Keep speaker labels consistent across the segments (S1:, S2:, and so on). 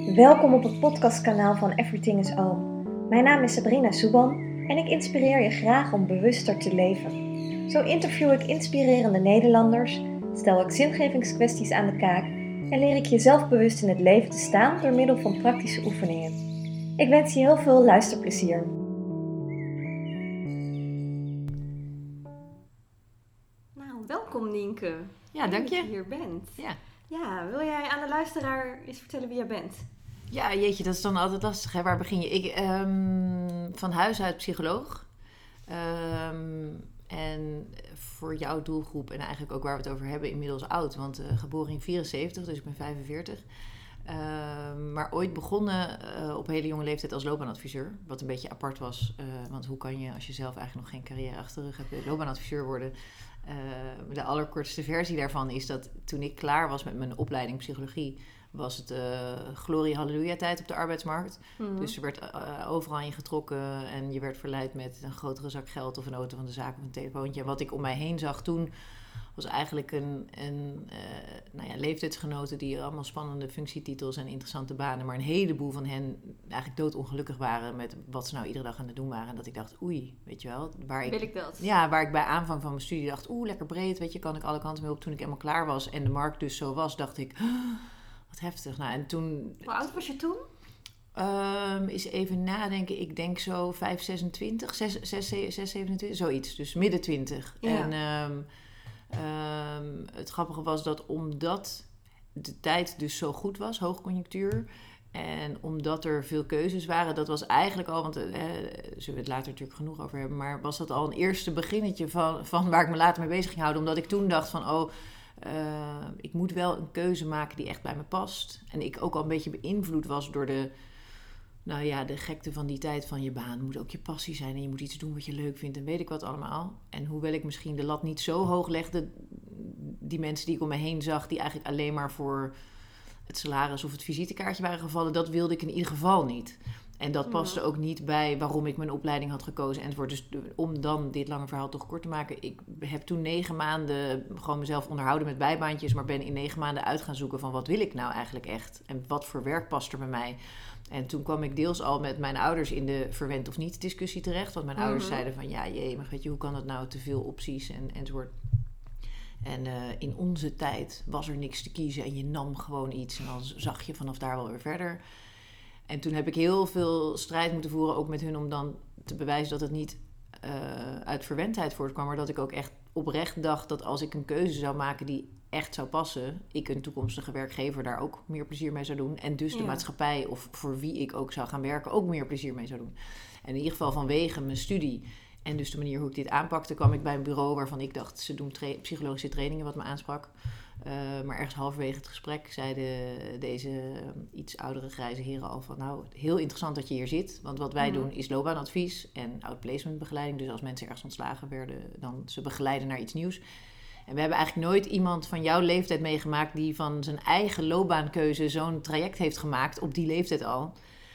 S1: Welkom op het podcastkanaal van Everything is All. Mijn naam is Sabrina Soeban en ik inspireer je graag om bewuster te leven. Zo interview ik inspirerende Nederlanders, stel ik zingevingskwesties aan de kaak en leer ik je zelfbewust in het leven te staan door middel van praktische oefeningen. Ik wens je heel veel luisterplezier. Nou, welkom Nienke.
S2: Ja, dank je.
S1: Dat je hier bent.
S2: Ja,
S1: wil jij aan de luisteraar eens vertellen wie jij bent?
S2: Ja, jeetje, dat is dan altijd lastig, hè? Waar begin je? Ik van huis uit psycholoog. En voor jouw doelgroep en eigenlijk ook waar we het over hebben, inmiddels oud. Want geboren in 74, dus ik ben 45. Maar ooit begonnen op hele jonge leeftijd als loopbaanadviseur. Wat een beetje apart was. Want hoe kan je, als je zelf eigenlijk nog geen carrière achter de rug hebt, loopbaanadviseur worden? De allerkortste versie daarvan is dat toen ik klaar was met mijn opleiding psychologie, was het glorie halleluja tijd op de arbeidsmarkt. Mm-hmm. Dus er werd overal in getrokken en je werd verleid met een grotere zak geld of een auto van de zaak of een telefoontje. En wat ik om mij heen zag toen was eigenlijk een leeftijdsgenoten die allemaal spannende functietitels en interessante banen, maar een heleboel van hen eigenlijk doodongelukkig waren met wat ze nou iedere dag aan het doen waren. En dat ik dacht, oei, weet je wel. Waar ik bij aanvang van mijn studie dacht, lekker breed, weet je, kan ik alle kanten mee op. Toen ik helemaal klaar was en de markt dus zo was, dacht ik, wat heftig. Nou, en toen...
S1: Hoe oud was je toen?
S2: Is even nadenken, ik denk zo 5, 26, 6, 27, zoiets. Dus midden 20. Ja. En het grappige was dat omdat de tijd dus zo goed was, hoogconjunctuur, en omdat er veel keuzes waren, dat was eigenlijk al, want zullen we het later natuurlijk genoeg over hebben, maar was dat al een eerste beginnetje van waar ik me later mee bezig ging houden. Omdat ik toen dacht van, ik moet wel een keuze maken die echt bij me past. En ik ook al een beetje beïnvloed was door de gekte van die tijd van je baan. Moet ook je passie zijn en je moet iets doen wat je leuk vindt en weet ik wat allemaal. En hoewel ik misschien de lat niet zo hoog legde, die mensen die ik om me heen zag, die eigenlijk alleen maar voor het salaris of het visitekaartje waren gevallen, dat wilde ik in ieder geval niet. En dat paste ook niet bij waarom ik mijn opleiding had gekozen enzovoort. Dus om dan dit lange verhaal toch kort te maken, ik heb toen 9 maanden gewoon mezelf onderhouden met bijbaantjes, maar ben in 9 maanden uit gaan zoeken van wat wil ik nou eigenlijk echt? En wat voor werk past er bij mij? En toen kwam ik deels al met mijn ouders in de verwend of niet discussie terecht. Want mijn ouders zeiden van, maar weet je, hoe kan dat nou, te veel opties enzovoort. En in onze tijd was er niks te kiezen en je nam gewoon iets en dan zag je vanaf daar wel weer verder. En toen heb ik heel veel strijd moeten voeren, ook met hun, om dan te bewijzen dat het niet uit verwendheid voortkwam, maar dat ik ook echt oprecht dacht dat als ik een keuze zou maken die echt zou passen, ik een toekomstige werkgever daar ook meer plezier mee zou doen. En dus de maatschappij, of voor wie ik ook zou gaan werken, ook meer plezier mee zou doen. En in ieder geval vanwege mijn studie en dus de manier hoe ik dit aanpakte, kwam ik bij een bureau waarvan ik dacht, ze doen psychologische trainingen, wat me aansprak. Maar ergens halverwege het gesprek zeiden deze iets oudere grijze heren al van, nou, heel interessant dat je hier zit. Want wat wij doen is loopbaanadvies en outplacementbegeleiding. Dus als mensen ergens ontslagen werden, dan ze begeleiden naar iets nieuws. En we hebben eigenlijk nooit iemand van jouw leeftijd meegemaakt die van zijn eigen loopbaankeuze zo'n traject heeft gemaakt op die leeftijd al.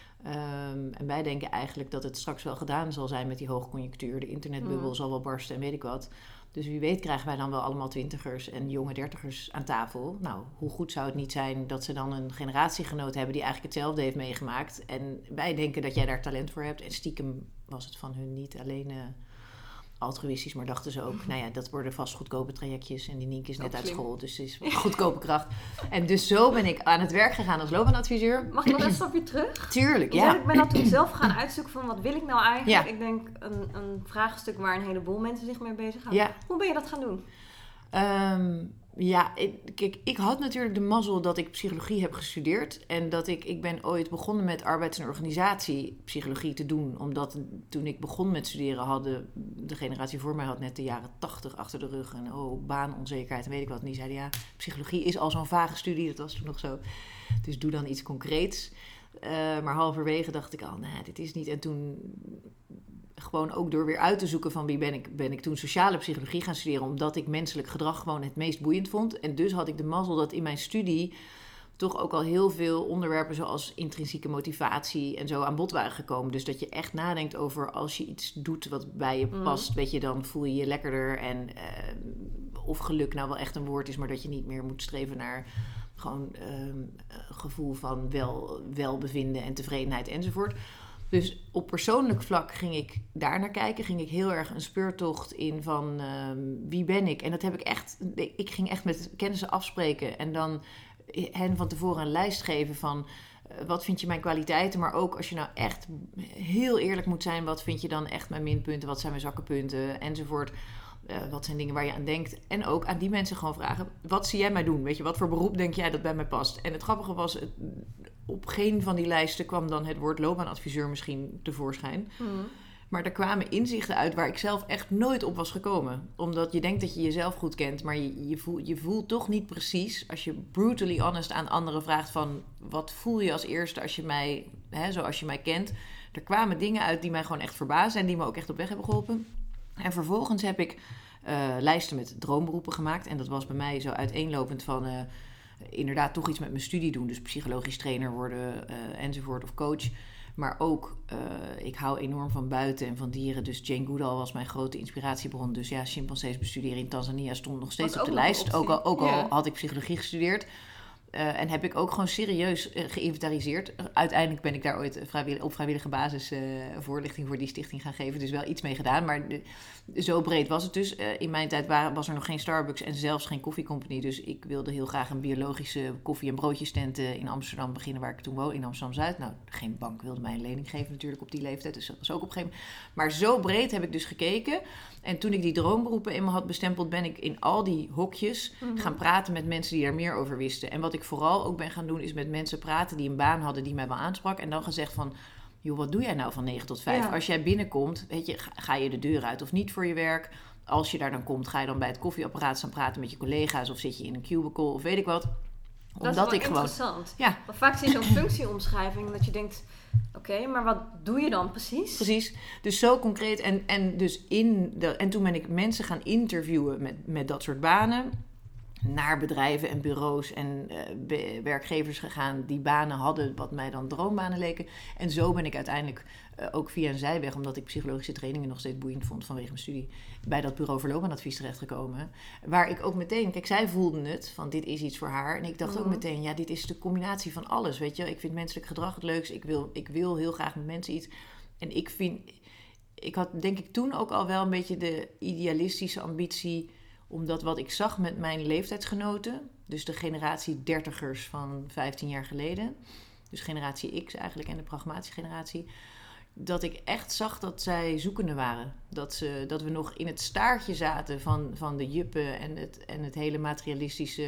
S2: En wij denken eigenlijk dat het straks wel gedaan zal zijn met die hoogconjunctuur. De internetbubbel zal wel barsten en weet ik wat. Dus wie weet krijgen wij dan wel allemaal 20ers en jonge 30ers aan tafel. Nou, hoe goed zou het niet zijn dat ze dan een generatiegenoot hebben die eigenlijk hetzelfde heeft meegemaakt. En wij denken dat jij daar talent voor hebt. En stiekem was het van hun niet alleen altruïstisch, maar dachten ze ook, dat worden vast goedkope trajectjes en die Nienke is net uit school, dus ze is goedkope kracht. En dus zo ben ik aan het werk gegaan als loopbaanadviseur.
S1: Mag ik nog een stapje terug?
S2: Tuurlijk, ja.
S1: Ik ben dat toen zelf gaan uitzoeken van wat wil ik nou eigenlijk? Ja. Ik denk een vraagstuk waar een heleboel mensen zich mee bezighouden. Ja. Hoe ben je dat gaan doen?
S2: Ik had natuurlijk de mazzel dat ik psychologie heb gestudeerd. En dat ik ben ooit begonnen met arbeids- en organisatiepsychologie te doen. Omdat toen ik begon met studeren hadden de generatie voor mij had net de jaren 80 achter de rug. En baanonzekerheid en weet ik wat. En die zeiden, psychologie is al zo'n vage studie. Dat was toen nog zo. Dus doe dan iets concreets. Maar halverwege dacht ik al, dit is niet. En toen gewoon ook door weer uit te zoeken van wie ben ik toen sociale psychologie gaan studeren, omdat ik menselijk gedrag gewoon het meest boeiend vond. En dus had ik de mazzel dat in mijn studie toch ook al heel veel onderwerpen zoals intrinsieke motivatie en zo aan bod waren gekomen. Dus dat je echt nadenkt over als je iets doet wat bij je past, weet je, dan voel je je lekkerder. En of geluk nou wel echt een woord is, maar dat je niet meer moet streven naar gewoon gevoel van welbevinden en tevredenheid enzovoort. Dus op persoonlijk vlak ging ik daar naar kijken. Ging ik heel erg een speurtocht in van wie ben ik? En dat heb ik echt... Ik ging echt met kennissen afspreken. En dan hen van tevoren een lijst geven van... wat vind je mijn kwaliteiten? Maar ook als je nou echt heel eerlijk moet zijn... wat vind je dan echt mijn minpunten? Wat zijn mijn zwakke punten? Enzovoort. Wat zijn dingen waar je aan denkt? En ook aan die mensen gewoon vragen... wat zie jij mij doen? Weet je, wat voor beroep denk jij dat bij mij past? En het grappige was... op geen van die lijsten kwam dan het woord loopbaanadviseur misschien tevoorschijn. Maar er kwamen inzichten uit waar ik zelf echt nooit op was gekomen. Omdat je denkt dat je jezelf goed kent, maar je voelt toch niet precies... als je brutally honest aan anderen vraagt van... wat voel je als eerste als je mij, zoals je mij kent? Er kwamen dingen uit die mij gewoon echt verbaasden... en die me ook echt op weg hebben geholpen. En vervolgens heb ik lijsten met droomberoepen gemaakt. En dat was bij mij zo uiteenlopend van... inderdaad toch iets met mijn studie doen. Dus psychologisch trainer worden enzovoort of coach. Maar ook, ik hou enorm van buiten en van dieren. Dus Jane Goodall was mijn grote inspiratiebron. Dus ja, chimpansees bestuderen in Tanzania stond nog steeds op de lijst. Ook al had ik psychologie gestudeerd. En heb ik ook gewoon serieus geïnventariseerd. Uiteindelijk ben ik daar ooit op vrijwillige basis voorlichting voor die stichting gaan geven. Dus wel iets mee gedaan. Maar zo breed was het dus. In mijn tijd was er nog geen Starbucks en zelfs geen koffiecompany. Dus ik wilde heel graag een biologische koffie- en broodjestent in Amsterdam beginnen, waar ik toen woon, in Amsterdam-Zuid. Nou, geen bank wilde mij een lening geven natuurlijk op die leeftijd. Dus dat was ook op een gegeven moment. Maar zo breed heb ik dus gekeken. En toen ik die droomberoepen eenmaal had bestempeld, ben ik in al die hokjes gaan praten met mensen die er meer over wisten. En wat ik vooral ook ben gaan doen, is met mensen praten die een baan hadden die mij wel aansprak. En dan gezegd van, joh, wat doe jij nou van 9 tot 5? Ja. Als jij binnenkomt, weet je, ga je de deur uit of niet voor je werk? Als je daar dan komt, ga je dan bij het koffieapparaat staan praten met je collega's of zit je in een cubicle of weet ik wat.
S3: Dat is wel interessant. Ja. Want vaak zie je zo'n functieomschrijving dat je denkt, oké, maar wat doe je dan precies?
S2: Precies. Dus zo concreet. En toen ben ik mensen gaan interviewen met dat soort banen. Naar bedrijven en bureaus en werkgevers gegaan die banen hadden wat mij dan droombanen leken. En zo ben ik uiteindelijk ook via een zijweg, omdat ik psychologische trainingen nog steeds boeiend vond vanwege mijn studie, bij dat bureau voor loopbaanadvies terechtgekomen. Waar ik ook meteen, kijk, zij voelden het, van dit is iets voor haar. En ik dacht ook meteen, ja, dit is de combinatie van alles, weet je. Ik vind menselijk gedrag het leukst. Ik wil heel graag met mensen iets. En ik had denk ik toen ook al wel een beetje de idealistische ambitie, omdat wat ik zag met mijn leeftijdsgenoten, dus de generatie dertigers van 15 jaar geleden, dus generatie X eigenlijk en de pragmatische generatie, dat ik echt zag dat zij zoekende waren. Dat we nog in het staartje zaten van de juppen en het hele materialistische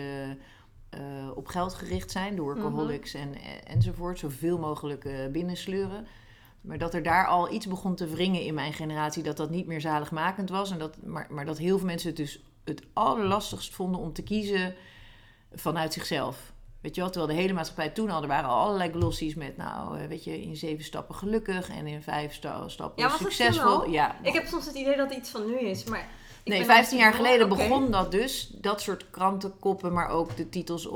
S2: op geld gericht zijn, de workaholics enzovoort, zoveel mogelijk binnensleuren. Maar dat er daar al iets begon te wringen in mijn generatie, dat niet meer zaligmakend was. Maar dat heel veel mensen het dus het allerlastigst vonden om te kiezen vanuit zichzelf. Weet je wel, terwijl de hele maatschappij toen al, er waren al allerlei glossies met, nou, weet je, in 7 stappen gelukkig en in 5 stappen succesvol. Ja,
S3: ik heb soms het idee dat het iets van nu is, maar...
S2: Nee, 15 jaar geleden begon dat dus. Dat soort krantenkoppen, maar ook de titels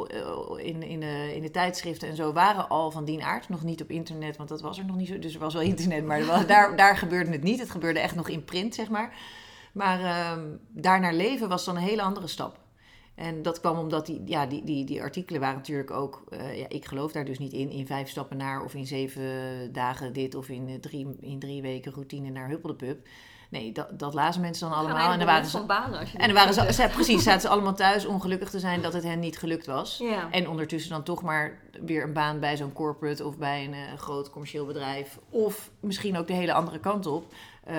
S2: in de tijdschriften en zo waren al van die aard. Nog niet op internet, want dat was er nog niet zo. Dus er was wel internet, maar daar gebeurde het niet. Het gebeurde echt nog in print, zeg maar. Maar daarnaar leven was dan een hele andere stap. En dat kwam omdat die artikelen waren natuurlijk ook... ik geloof daar dus niet in 5 stappen naar of in 7 dagen dit of in 3 weken routine naar Huppel de Pup. Nee, dat lazen mensen dan allemaal.
S3: En dan waren ze banen.
S2: Precies, zaten ze allemaal thuis ongelukkig te zijn dat het hen niet gelukt was. Ja. En ondertussen dan toch maar weer een baan bij zo'n corporate of bij een groot commercieel bedrijf. Of misschien ook de hele andere kant op.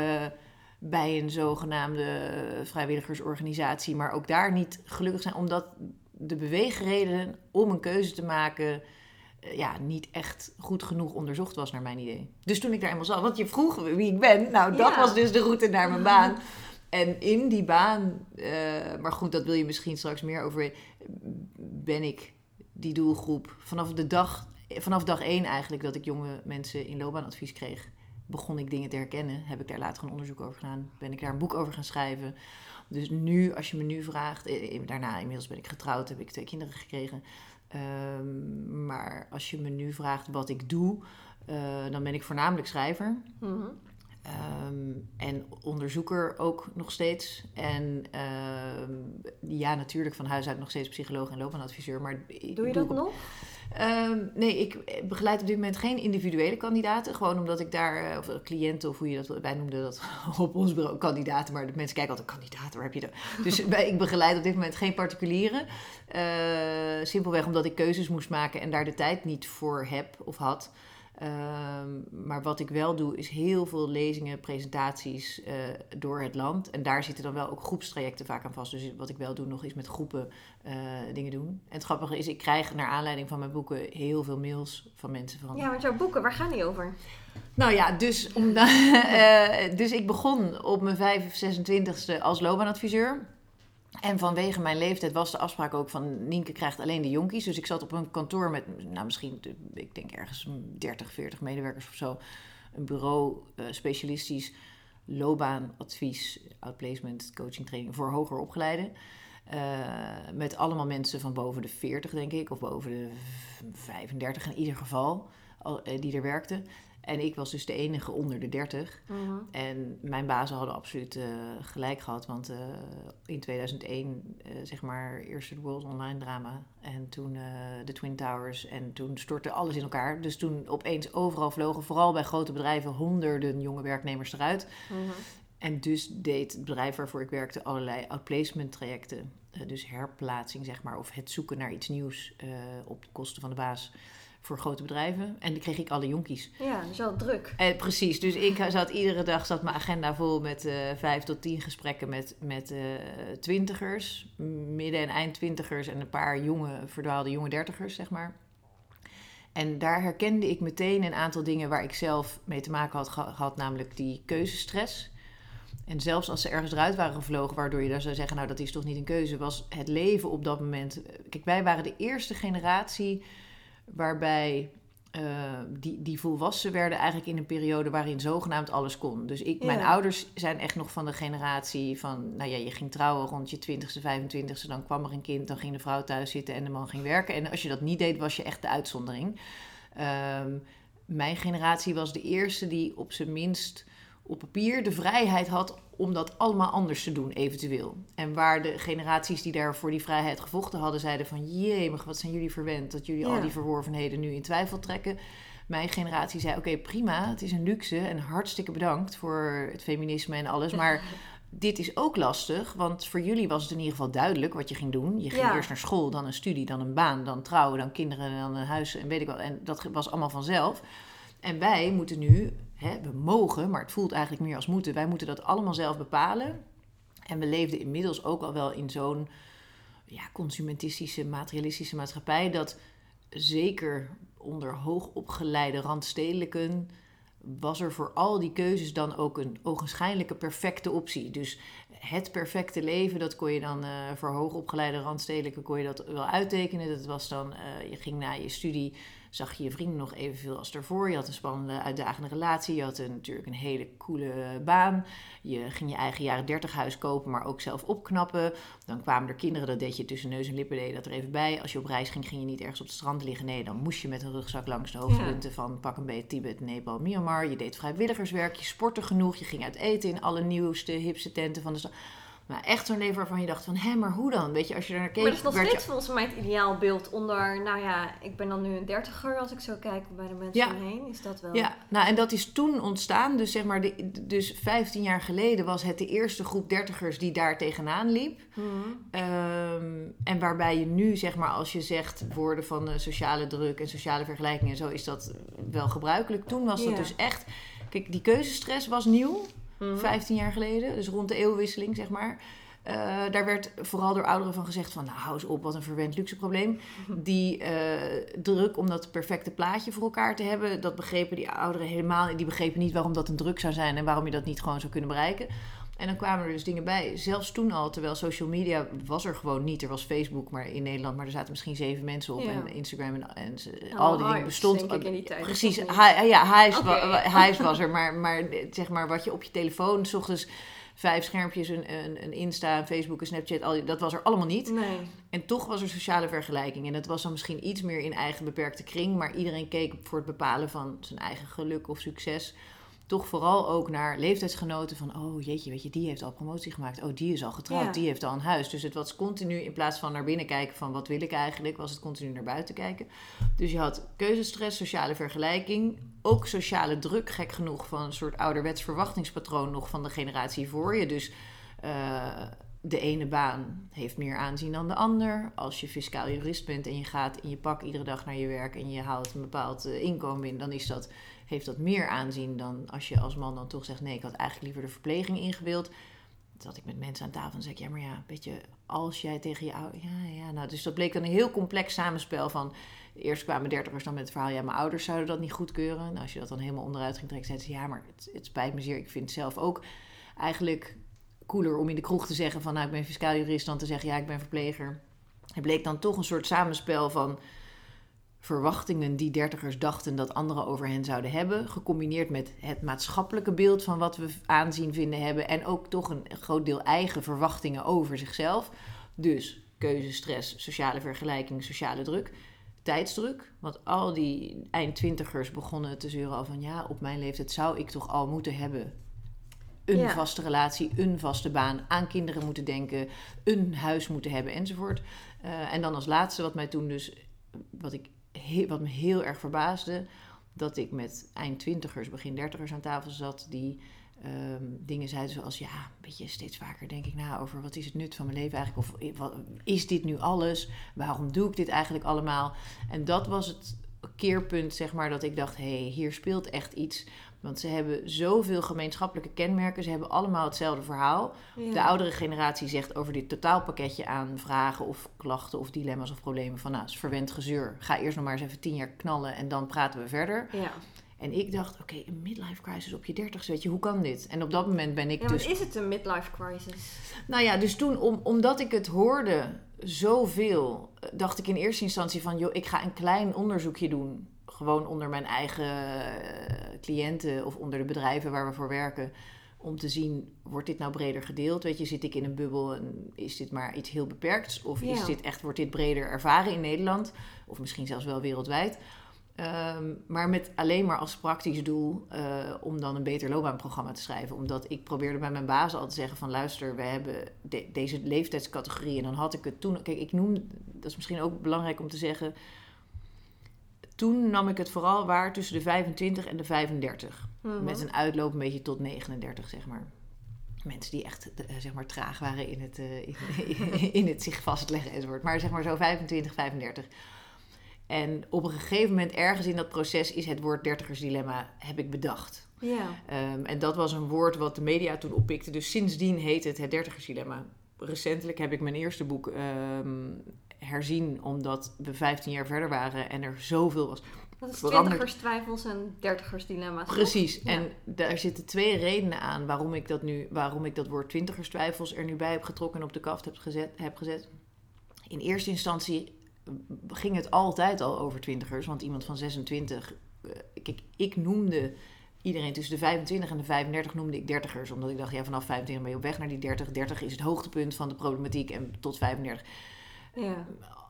S2: Bij een zogenaamde vrijwilligersorganisatie. Maar ook daar niet gelukkig zijn. Omdat de beweegreden om een keuze te maken niet echt goed genoeg onderzocht was naar mijn idee. Dus toen ik daar eenmaal zat, want je vroeg wie ik ben. Nou, dat was dus de route naar mijn baan. En in die baan, maar goed, dat wil je misschien straks meer over, ben ik die doelgroep vanaf dag 1 eigenlijk dat ik jonge mensen in loopbaanadvies kreeg, begon ik dingen te herkennen. Heb ik daar later een onderzoek over gedaan. Ben ik daar een boek over gaan schrijven. Dus nu, als je me nu vraagt, daarna inmiddels ben ik getrouwd, heb ik 2 kinderen gekregen. Maar als je me nu vraagt wat ik doe, dan ben ik voornamelijk schrijver. En onderzoeker ook nog steeds. En natuurlijk van huis uit nog steeds psycholoog en loopbaanadviseur. Maar
S3: doe je dat nog?
S2: Nee, ik begeleid op dit moment geen individuele kandidaten. Gewoon omdat ik daar, of cliënten of hoe je dat, wij noemden dat op ons bureau kandidaten. Maar de mensen kijken altijd, kandidaten, waar heb je dat? Dus ik begeleid op dit moment geen particulieren. Simpelweg omdat ik keuzes moest maken en daar de tijd niet voor heb of had. Maar wat ik wel doe is heel veel lezingen, presentaties door het land. En daar zitten dan wel ook groepstrajecten vaak aan vast. Dus wat ik wel doe nog is met groepen dingen doen. En het grappige is, ik krijg naar aanleiding van mijn boeken heel veel mails van mensen.
S3: Ja, want jouw boeken, waar gaan die over?
S2: Nou ja, dus ik begon op mijn 26e als loopbaanadviseur. En vanwege mijn leeftijd was de afspraak ook van Nienke krijgt alleen de jonkies. Dus ik zat op een kantoor met, misschien, ik denk ergens 30, 40 medewerkers of zo. Een bureau, specialistisch loopbaanadvies, outplacement, coaching, training voor hoger opgeleiden. Met allemaal mensen van boven de 40, denk ik, of boven de 35 in ieder geval, die er werkten. En ik was dus de enige onder de 30. Mm-hmm. En mijn bazen hadden absoluut gelijk gehad. Want in 2001, zeg maar, eerst het World Online drama. En toen de Twin Towers. En toen stortte alles in elkaar. Dus toen opeens overal vlogen, vooral bij grote bedrijven, honderden jonge werknemers eruit. Mm-hmm. En dus deed het bedrijf waarvoor ik werkte allerlei outplacement trajecten. Dus herplaatsing, zeg maar. Of het zoeken naar iets nieuws op de kosten van de baas. Voor grote bedrijven. En dan kreeg ik alle jonkies.
S3: Ja, dus wel druk.
S2: Precies. Dus ik zat iedere dag mijn agenda vol met 5 tot 10 gesprekken met twintigers. Midden- en eindtwintigers en een paar verdwaalde jonge dertigers, zeg maar. En daar herkende ik meteen een aantal dingen waar ik zelf mee te maken had gehad. Namelijk die keuzestress. En zelfs als ze ergens eruit waren gevlogen, waardoor je daar zou zeggen, nou dat is toch niet een keuze, was het leven op dat moment. Kijk, wij waren de eerste generatie waarbij die volwassen werden eigenlijk in een periode waarin zogenaamd alles kon. Dus mijn ouders zijn echt nog van de generatie van, nou ja, je ging trouwen rond je 20ste, 25ste, dan kwam er een kind, dan ging de vrouw thuis zitten en de man ging werken. En als je dat niet deed, was je echt de uitzondering. Mijn generatie was de eerste die op zijn minst op papier de vrijheid had om dat allemaal anders te doen, eventueel. En waar de generaties die daar voor die vrijheid gevochten hadden, zeiden van, jemig, wat zijn jullie verwend, dat jullie al die verworvenheden nu in twijfel trekken. Mijn generatie zei, oké, prima, het is een luxe en hartstikke bedankt voor het feminisme en alles, maar dit is ook lastig, want voor jullie was het in ieder geval duidelijk wat je ging doen. Je ging eerst naar school, dan een studie, dan een baan, dan trouwen, dan kinderen, dan een huis en weet ik wat. En dat was allemaal vanzelf. En wij moeten nu, we mogen, maar het voelt eigenlijk meer als moeten. Wij moeten dat allemaal zelf bepalen. En we leefden inmiddels ook al wel in zo'n consumentistische, materialistische maatschappij, dat zeker onder hoogopgeleide randstedelijken was er voor al die keuzes dan ook een ogenschijnlijke perfecte optie. Dus het perfecte leven, dat kon je dan voor hoogopgeleide randstedelijken kon je dat wel uittekenen. Dat was dan, je ging na je studie, zag je je vrienden nog evenveel als daarvoor. Je had een spannende, uitdagende relatie. Je had natuurlijk een hele coole baan. Je ging je eigen jaren 30 huis kopen, maar ook zelf opknappen. Dan kwamen er kinderen, dat deed je tussen neus en lippen, deed je dat er even bij. Als je op reis ging, ging je niet ergens op het strand liggen. Nee, dan moest je met een rugzak langs de hoofdpunten van pak een beetje Tibet, Nepal, Myanmar. Je deed vrijwilligerswerk, je sportte genoeg. Je ging uit eten in alle nieuwste, hipste tenten van de stad. Maar echt zo'n leven waarvan je dacht van, maar hoe dan? Weet je, als je daar naar keek...
S3: Maar dat is nog steeds volgens mij het ideaalbeeld onder, nou ja, ik ben dan nu een 30er als ik zo kijk bij de mensen omheen. Is dat wel...
S2: Ja, nou en dat is toen ontstaan. Dus zeg maar, dus 15 jaar geleden was het de eerste groep 30ers die daar tegenaan liep. Mm-hmm. En waarbij je nu, zeg maar, als je zegt woorden van sociale druk en sociale vergelijking en zo, is dat wel gebruikelijk. Toen was dat dus echt... Kijk, die keuzestress was nieuw. 15 jaar geleden, dus rond de eeuwwisseling, zeg maar. Daar werd vooral door ouderen van gezegd van, nou, hou eens op, wat een verwend luxe probleem. Die druk om dat perfecte plaatje voor elkaar te hebben, dat begrepen die ouderen helemaal. Die begrepen niet waarom dat een druk zou zijn en waarom je dat niet gewoon zou kunnen bereiken. En dan kwamen er dus dingen bij. Zelfs toen al, terwijl social media was er gewoon niet. Er was Facebook maar in Nederland, maar er zaten misschien 7 mensen op. Ja. En Instagram en al die dingen bestond. Precies, Hives was er. Maar zeg maar wat je op je telefoon, 's ochtends 5 schermpjes, een Insta, een Facebook, een Snapchat, dat was er allemaal niet.
S3: Nee.
S2: En toch was er sociale vergelijking. En dat was dan misschien iets meer in eigen beperkte kring. Maar iedereen keek voor het bepalen van zijn eigen geluk of succes toch vooral ook naar leeftijdsgenoten van... oh jeetje, weet je, die heeft al promotie gemaakt. Oh, die is al getrouwd, die heeft al een huis. Dus het was continu, in plaats van naar binnen kijken van wat wil ik eigenlijk... was het continu naar buiten kijken. Dus je had keuzestress, sociale vergelijking... ook sociale druk, gek genoeg... van een soort ouderwets verwachtingspatroon nog van de generatie voor je. Dus de ene baan heeft meer aanzien dan de ander. Als je fiscaal jurist bent en je gaat in je pak iedere dag naar je werk... en je haalt een bepaald inkomen in, dan heeft dat meer aanzien dan als je als man dan toch zegt... nee, ik had eigenlijk liever de verpleging ingewild. Dan zat ik met mensen aan tafel en zei ik... ja, maar ja, weet je, als jij tegen je ouders... nou, dus dat bleek dan een heel complex samenspel van... Eerst kwamen dertigers dan met het verhaal... ja, mijn ouders zouden dat niet goedkeuren. Nou, als je dat dan helemaal onderuit ging trekken... zeiden ze, ja, maar het spijt me zeer. Ik vind het zelf ook eigenlijk cooler om in de kroeg te zeggen... van nou, ik ben fiscaal jurist... dan te zeggen, ja, ik ben verpleger. Het bleek dan toch een soort samenspel van... verwachtingen die dertigers dachten dat anderen over hen zouden hebben... gecombineerd met het maatschappelijke beeld van wat we aanzien vinden hebben... en ook toch een groot deel eigen verwachtingen over zichzelf. Dus keuzestress, sociale vergelijking, sociale druk, tijdsdruk. Want al die eind-twintigers begonnen te zeuren al van... ja, op mijn leeftijd zou ik toch al moeten hebben... een vaste relatie, een vaste baan, aan kinderen moeten denken... een huis moeten hebben enzovoort. En dan als laatste wat mij toen dus... wat me heel erg verbaasde... dat ik met eind-twintigers, begin dertigers aan tafel zat... die dingen zeiden zoals... ja, een beetje steeds vaker denk ik na over... wat is het nut van mijn leven eigenlijk? Of wat, is dit nu alles? Waarom doe ik dit eigenlijk allemaal? En dat was het keerpunt, zeg maar, dat ik dacht... hé, hier speelt echt iets... Want ze hebben zoveel gemeenschappelijke kenmerken. Ze hebben allemaal hetzelfde verhaal. Ja. De oudere generatie zegt over dit totaalpakketje aan vragen of klachten of dilemma's of problemen. Van nou, het is verwend gezeur. Ga eerst nog maar eens even 10 jaar knallen en dan praten we verder. Ja. En ik dacht, oké, een midlife crisis op je 30's, weet je, hoe kan dit? En op dat moment ben ik
S3: dus... is het een midlife crisis?
S2: Nou ja, dus toen, omdat ik het hoorde zoveel, dacht ik in eerste instantie van... joh, ik ga een klein onderzoekje doen... gewoon onder mijn eigen cliënten of onder de bedrijven waar we voor werken... om te zien, wordt dit nou breder gedeeld? Weet je, zit ik in een bubbel en is dit maar iets heel beperkts? Of wordt dit breder ervaren in Nederland? Of misschien zelfs wel wereldwijd? Maar met alleen maar als praktisch doel om dan een beter loopbaanprogramma te schrijven. Omdat ik probeerde bij mijn baas al te zeggen van... luister, we hebben deze leeftijdscategorie. En dan had ik het toen... Kijk, ik noem... dat is misschien ook belangrijk om te zeggen... Toen nam ik het vooral waar tussen de 25 en de 35. Mm-hmm. Met een uitloop een beetje tot 39, zeg maar. Mensen die echt, zeg maar, traag waren in het zich vastleggen enzovoort. Maar zeg maar zo 25, 35. En op een gegeven moment ergens in dat proces is het woord dertigersdilemma, heb ik bedacht. Ja. En dat was een woord wat de media toen oppikte. Dus sindsdien heet het dertigersdilemma. Recentelijk heb ik mijn eerste boek... herzien, omdat we 15 jaar verder waren en er zoveel was
S3: dat is veranderd. 20erstwijfels en 30ersdilemma's.
S2: Precies, ja. En daar zitten 2 redenen aan waarom ik dat woord 20erstwijfels er nu bij heb getrokken en op de kaft heb gezet. In eerste instantie ging het altijd al over 20ers, want iemand van 26, ik noemde iedereen tussen de 25 en de 35 noemde ik 30ers, omdat ik dacht, ja, vanaf 25 ben je op weg naar die 30. 30 is het hoogtepunt van de problematiek en tot 35. Ja.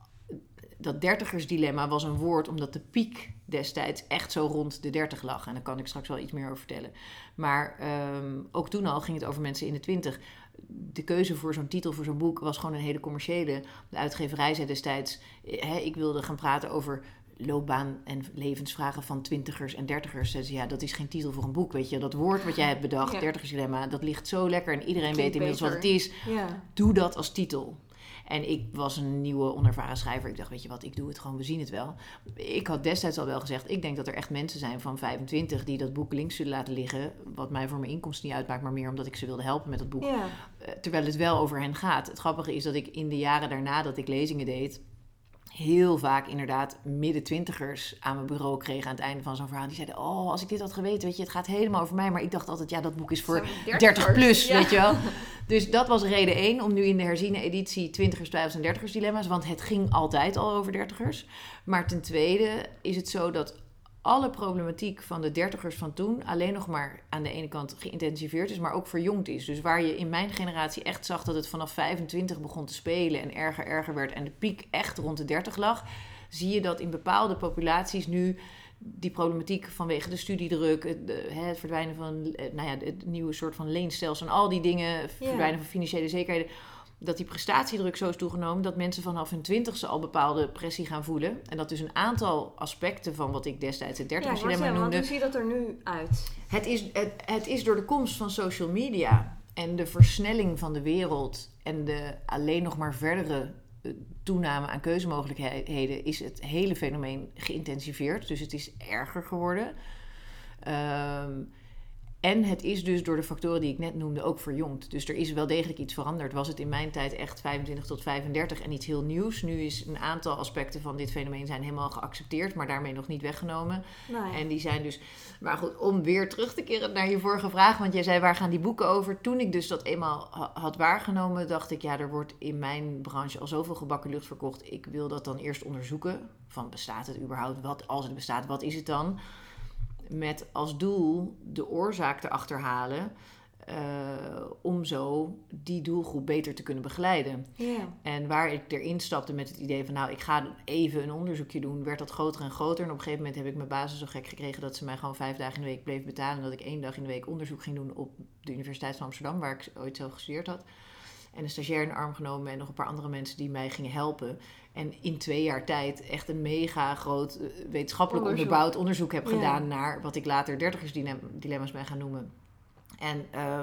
S2: Dat 30ersdilemma was een woord omdat de piek destijds echt zo rond de 30 lag. En daar kan ik straks wel iets meer over vertellen. Maar ook toen al ging het over mensen in de 20. De keuze voor zo'n titel, voor zo'n boek, was gewoon een hele commerciële. De uitgeverij zei destijds, ik wilde gaan praten over loopbaan en levensvragen van 20ers en 30ers. Ze ja, dat is geen titel voor een boek, weet je. Dat woord wat jij hebt bedacht, 30ersdilemma, dat ligt zo lekker en iedereen weet inmiddels wat het is. Ja. Doe dat als titel. En ik was een nieuwe onervaren schrijver. Ik dacht, weet je wat, ik doe het gewoon, we zien het wel. Ik had destijds al wel gezegd, ik denk dat er echt mensen zijn van 25 die dat boek links zullen laten liggen. Wat mij voor mijn inkomsten niet uitmaakt, maar meer omdat ik ze wilde helpen met dat boek. Ja. Terwijl het wel over hen gaat. Het grappige is dat ik in de jaren daarna dat ik lezingen deed, heel vaak inderdaad midden-20ers aan mijn bureau kreeg aan het einde van zo'n verhaal. Die zeiden, als ik dit had geweten, weet je, het gaat helemaal over mij. Maar ik dacht altijd, ja, dat boek is voor 30 plus, ja. Weet je wel. Dus dat was reden 1 om nu in de herziene editie 20ers, 20's en 30ers dilemma's. Want het ging altijd al over 30ers. Maar ten tweede is het zo dat alle problematiek van de 30ers van toen alleen nog maar aan de ene kant geïntensiveerd is, maar ook verjongd is. Dus waar je in mijn generatie echt zag dat het vanaf 25 begon te spelen en erger werd en de piek echt rond de 30 lag, zie je dat in bepaalde populaties nu die problematiek vanwege de studiedruk, het verdwijnen van het nieuwe soort van leenstelsel en al die dingen, verdwijnen van financiële zekerheden, dat die prestatiedruk zo is toegenomen dat mensen vanaf hun 20ste al bepaalde pressie gaan voelen. En dat dus een aantal aspecten van wat ik destijds het 30 dilemma noemde.
S3: Want hoe ziet dat er nu uit?
S2: Het is door de komst van social media en de versnelling van de wereld en de alleen nog maar verdere toename aan keuzemogelijkheden is het hele fenomeen geïntensiveerd. Dus het is erger geworden. En het is dus door de factoren die ik net noemde ook verjongd. Dus er is wel degelijk iets veranderd. Was het in mijn tijd echt 25 tot 35 en iets heel nieuws. Nu is een aantal aspecten van dit fenomeen zijn helemaal geaccepteerd, maar daarmee nog niet weggenomen. Nee. En die zijn dus... Maar goed, om weer terug te keren naar je vorige vraag, want jij zei waar gaan die boeken over? Toen ik dus dat eenmaal had waargenomen, dacht ik, er wordt in mijn branche al zoveel gebakken lucht verkocht. Ik wil dat dan eerst onderzoeken. Van bestaat het überhaupt? Als het bestaat, wat is het dan? Met als doel de oorzaak te achterhalen om zo die doelgroep beter te kunnen begeleiden. Yeah. En waar ik erin stapte met het idee van ik ga even een onderzoekje doen, werd dat groter en groter. En op een gegeven moment heb ik mijn basis zo gek gekregen dat ze mij gewoon 5 dagen in de week bleef betalen. En dat ik 1 dag in de week onderzoek ging doen op de Universiteit van Amsterdam, waar ik ooit zelf gestudeerd had. En een stagiair in de arm genomen en nog een paar andere mensen die mij gingen helpen. En in 2 jaar tijd echt een mega groot wetenschappelijk onderbouwd onderzoek heb gedaan naar wat ik later 30ersdilemma's ben gaan noemen. En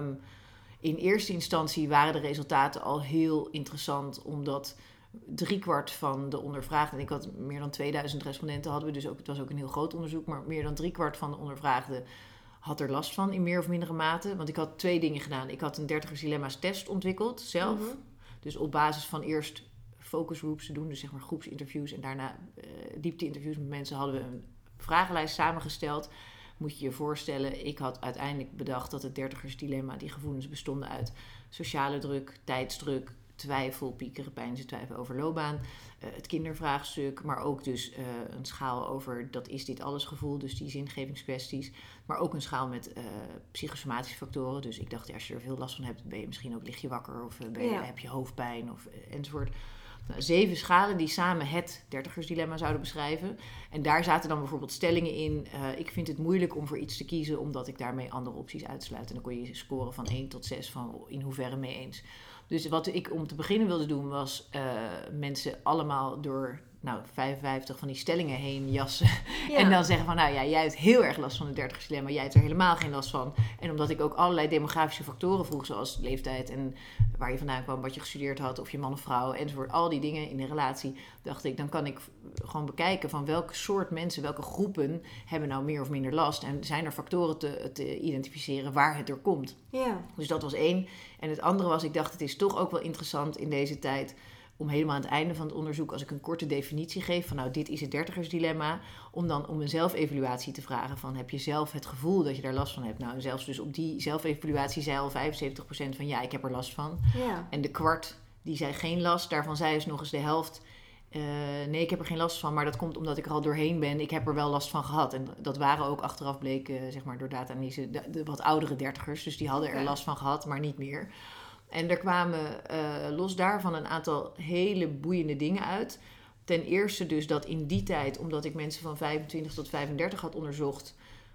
S2: in eerste instantie waren de resultaten al heel interessant, omdat 3/4 van de ondervraagden, en ik had meer dan 2000 respondenten hadden we, dus ook, het was ook een heel groot onderzoek, maar meer dan 3/4 van de ondervraagden had er last van in meer of mindere mate. Want ik had 2 dingen gedaan. Ik had een 30ersdilemma's test ontwikkeld zelf. Mm-hmm. Dus op basis van eerst focus groups te doen, dus zeg maar groepsinterviews en daarna diepte-interviews met mensen, hadden we een vragenlijst samengesteld. Moet je je voorstellen, ik had uiteindelijk bedacht dat het 30ersdilemma, die gevoelens bestonden uit sociale druk, tijdsdruk, twijfel, piekeren, pijn, twijfel over loopbaan, het kindervraagstuk, maar ook dus een schaal over dat is dit alles gevoel, dus die zingevingskwesties, maar ook een schaal met psychosomatische factoren. Dus ik dacht, als je er veel last van hebt, ben je misschien ook lig je wakker of heb je hoofdpijn of enzovoort. 7 schalen die samen het 30ersdilemma zouden beschrijven. En daar zaten dan bijvoorbeeld stellingen in. Ik vind het moeilijk om voor iets te kiezen, omdat ik daarmee andere opties uitsluit. En dan kon je scoren van 1 tot 6 van in hoeverre mee eens. Dus wat ik om te beginnen wilde doen was mensen allemaal door 55 van die stellingen heen jassen. Ja. En dan zeggen van, jij hebt heel erg last van het 30ersdilemma. Jij hebt er helemaal geen last van. En omdat ik ook allerlei demografische factoren vroeg, zoals leeftijd en waar je vandaan kwam, wat je gestudeerd had, of je man of vrouw, enzovoort. Al die dingen in de relatie, dacht ik, dan kan ik gewoon bekijken van welke soort mensen, welke groepen hebben nou meer of minder last. En zijn er factoren te identificeren waar het door komt. Ja. Dus dat was 1. En het andere was, ik dacht, het is toch ook wel interessant in deze tijd om helemaal aan het einde van het onderzoek, als ik een korte definitie geef van dit is het 30ersdilemma, om dan om een zelfevaluatie te vragen van heb je zelf het gevoel dat je daar last van hebt. En zelfs dus op die zelfevaluatie zei al 75% van ik heb er last van. Ja. En de kwart die zei geen last, daarvan zei dus nog eens de helft nee, ik heb er geen last van, maar dat komt omdat ik er al doorheen ben. Ik heb er wel last van gehad. En dat waren ook achteraf bleken, zeg maar door data-analyse, de wat oudere 30ers. Dus die hadden er last van gehad, maar niet meer. En er kwamen los daarvan een aantal hele boeiende dingen uit. Ten eerste dus dat in die tijd, omdat ik mensen van 25 tot 35 had onderzocht,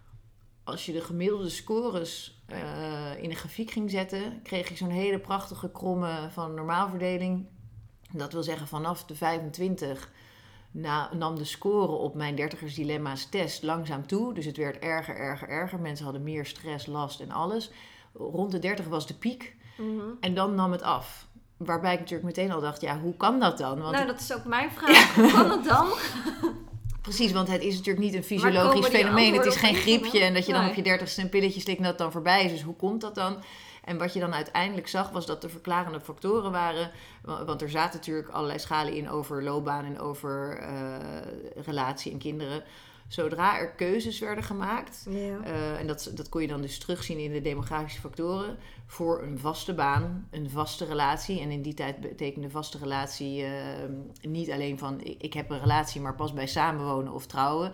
S2: als je de gemiddelde scores in een grafiek ging zetten, kreeg je zo'n hele prachtige kromme van normaalverdeling. Dat wil zeggen, vanaf de 25 nam de score op mijn 30ersdilemma's test langzaam toe. Dus het werd erger. Mensen hadden meer stress, last en alles. Rond de 30 was de piek. Mm-hmm. En dan nam het af. Waarbij ik natuurlijk meteen al dacht, hoe kan dat dan? Want
S3: dat is ook mijn vraag. Hoe kan dat dan?
S2: Precies, want het is natuurlijk niet een fysiologisch fenomeen. Het is geen griepje en dat je dan op je 30ste een pilletje slikt en dat het dan voorbij is. Dus hoe komt dat dan? En wat je dan uiteindelijk zag, was dat er verklarende factoren waren. Want er zaten natuurlijk allerlei schalen in over loopbaan en over relatie en kinderen. Zodra er keuzes werden gemaakt, en dat kon je dan dus terugzien in de demografische factoren, voor een vaste baan, een vaste relatie. En in die tijd betekende vaste relatie niet alleen van ik heb een relatie, maar pas bij samenwonen of trouwen.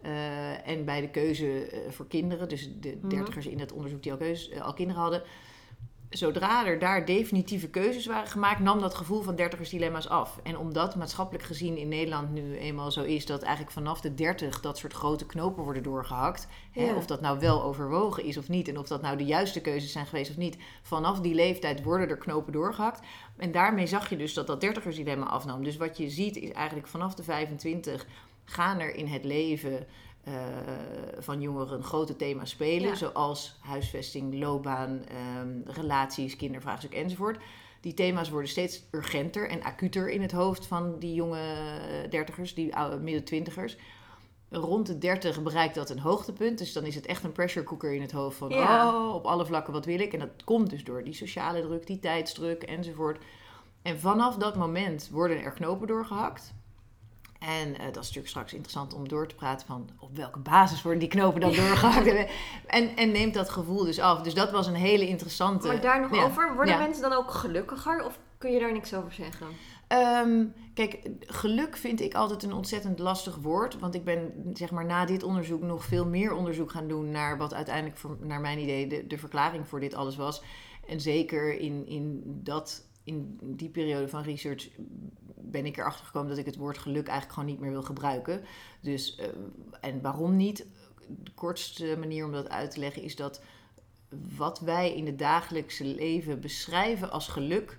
S2: En bij de keuze voor kinderen, dus de 30ers in het onderzoek die al kinderen hadden, zodra er daar definitieve keuzes waren gemaakt, nam dat gevoel van dertigersdilemma's af. En omdat maatschappelijk gezien in Nederland nu eenmaal zo is dat eigenlijk vanaf de 30 dat soort grote knopen worden doorgehakt. Ja. Of dat nou wel overwogen is of niet. En of dat nou de juiste keuzes zijn geweest of niet. Vanaf die leeftijd worden er knopen doorgehakt. En daarmee zag je dus dat dertigersdilemma afnam. Dus wat je ziet is eigenlijk vanaf de 25 gaan er in het leven van jongeren grote thema's spelen. Ja. Zoals huisvesting, loopbaan, relaties, kindervraagstuk enzovoort. Die thema's worden steeds urgenter en acuter in het hoofd van die jonge dertigers, die midden twintigers. Rond de 30 bereikt dat een hoogtepunt. Dus dan is het echt een pressure cooker in het hoofd van op alle vlakken wat wil ik. En dat komt dus door die sociale druk, die tijdsdruk enzovoort. En vanaf dat moment worden er knopen doorgehakt. En dat is natuurlijk straks interessant om door te praten van op welke basis worden die knopen dan doorgehakt. En neemt dat gevoel dus af. Dus dat was een hele interessante...
S3: Maar daar nog over, worden mensen dan ook gelukkiger of kun je daar niks over zeggen?
S2: Kijk, geluk vind ik altijd een ontzettend lastig woord. Want ik ben zeg maar na dit onderzoek nog veel meer onderzoek gaan doen naar wat uiteindelijk naar mijn idee de verklaring voor dit alles was. En zeker in die periode van research ben ik erachter gekomen dat ik het woord geluk eigenlijk gewoon niet meer wil gebruiken. Dus, en waarom niet? De kortste manier om dat uit te leggen is dat wat wij in het dagelijkse leven beschrijven als geluk,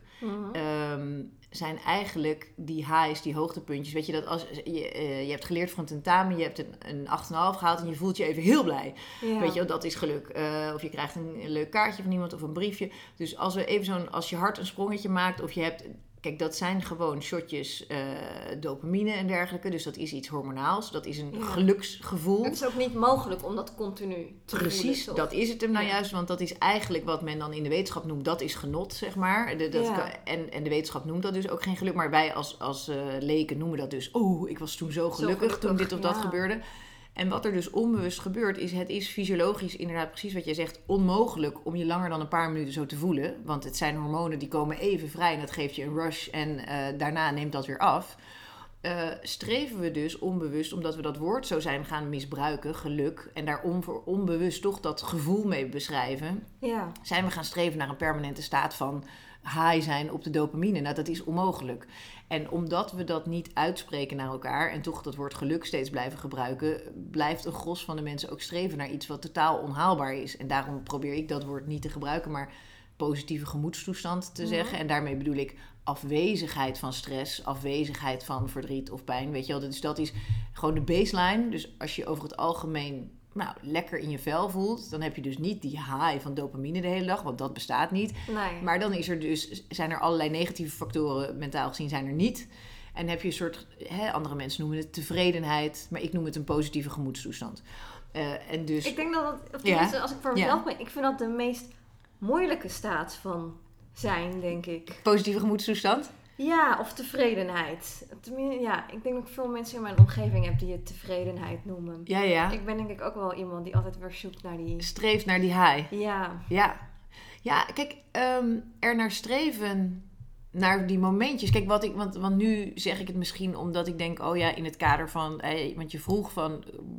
S2: zijn eigenlijk die highs, die hoogtepuntjes. Weet je, dat als je hebt geleerd voor een tentamen, je hebt een 8,5 gehaald en je voelt je even heel blij. Ja. Weet je, dat is geluk. Of je krijgt een leuk kaartje van iemand of een briefje. Dus als je hart een sprongetje maakt of je hebt... Kijk, dat zijn gewoon shotjes dopamine en dergelijke. Dus dat is iets hormonaals. Dat is een geluksgevoel. Het is
S3: ook niet mogelijk om dat continu te voelen.
S2: Precies, dat is het hem nou juist. Want dat is eigenlijk wat men dan in de wetenschap noemt. Dat is genot, zeg maar. En de wetenschap noemt dat dus ook geen geluk. Maar wij als leken noemen dat dus... Oh, ik was toen zo gelukkig toen dit of dat gebeurde. En wat er dus onbewust gebeurt is... Het is fysiologisch inderdaad precies wat jij zegt... onmogelijk om je langer dan een paar minuten zo te voelen. Want het zijn hormonen die komen even vrij... en dat geeft je een rush en daarna neemt dat weer af. Streven we dus onbewust... omdat we dat woord zo zijn gaan misbruiken, geluk... en daar onbewust toch dat gevoel mee beschrijven... zijn we gaan streven naar een permanente staat van... high zijn op de dopamine. Nou, dat is onmogelijk. En omdat we dat niet uitspreken naar elkaar... en toch dat woord geluk steeds blijven gebruiken... blijft een gros van de mensen ook streven naar iets wat totaal onhaalbaar is. En daarom probeer ik dat woord niet te gebruiken... maar positieve gemoedstoestand te zeggen. En daarmee bedoel ik afwezigheid van stress... afwezigheid van verdriet of pijn. Weet je wel, dus dat is gewoon de baseline. Dus als je over het algemeen... lekker in je vel voelt, dan heb je dus niet die high van dopamine de hele dag, want dat bestaat niet.
S3: Nee.
S2: Maar dan zijn er allerlei negatieve factoren, mentaal gezien zijn er niet. En heb je een soort, andere mensen noemen het tevredenheid, maar ik noem het een positieve gemoedstoestand. En dus,
S3: ik denk dat, als ik voor mezelf ben, ik vind dat de meest moeilijke staat van zijn, denk ik.
S2: Positieve gemoedstoestand?
S3: Ja, of tevredenheid. Ja, ik denk dat ik veel mensen in mijn omgeving heb die het tevredenheid noemen.
S2: Ja.
S3: Ik ben denk ik ook wel iemand die altijd weer zoekt naar die...
S2: Streeft naar die high.
S3: Ja.
S2: Ja, kijk, er naar streven, naar die momentjes. Kijk, want nu zeg ik het misschien omdat ik denk, in het kader van... want je vroeg van,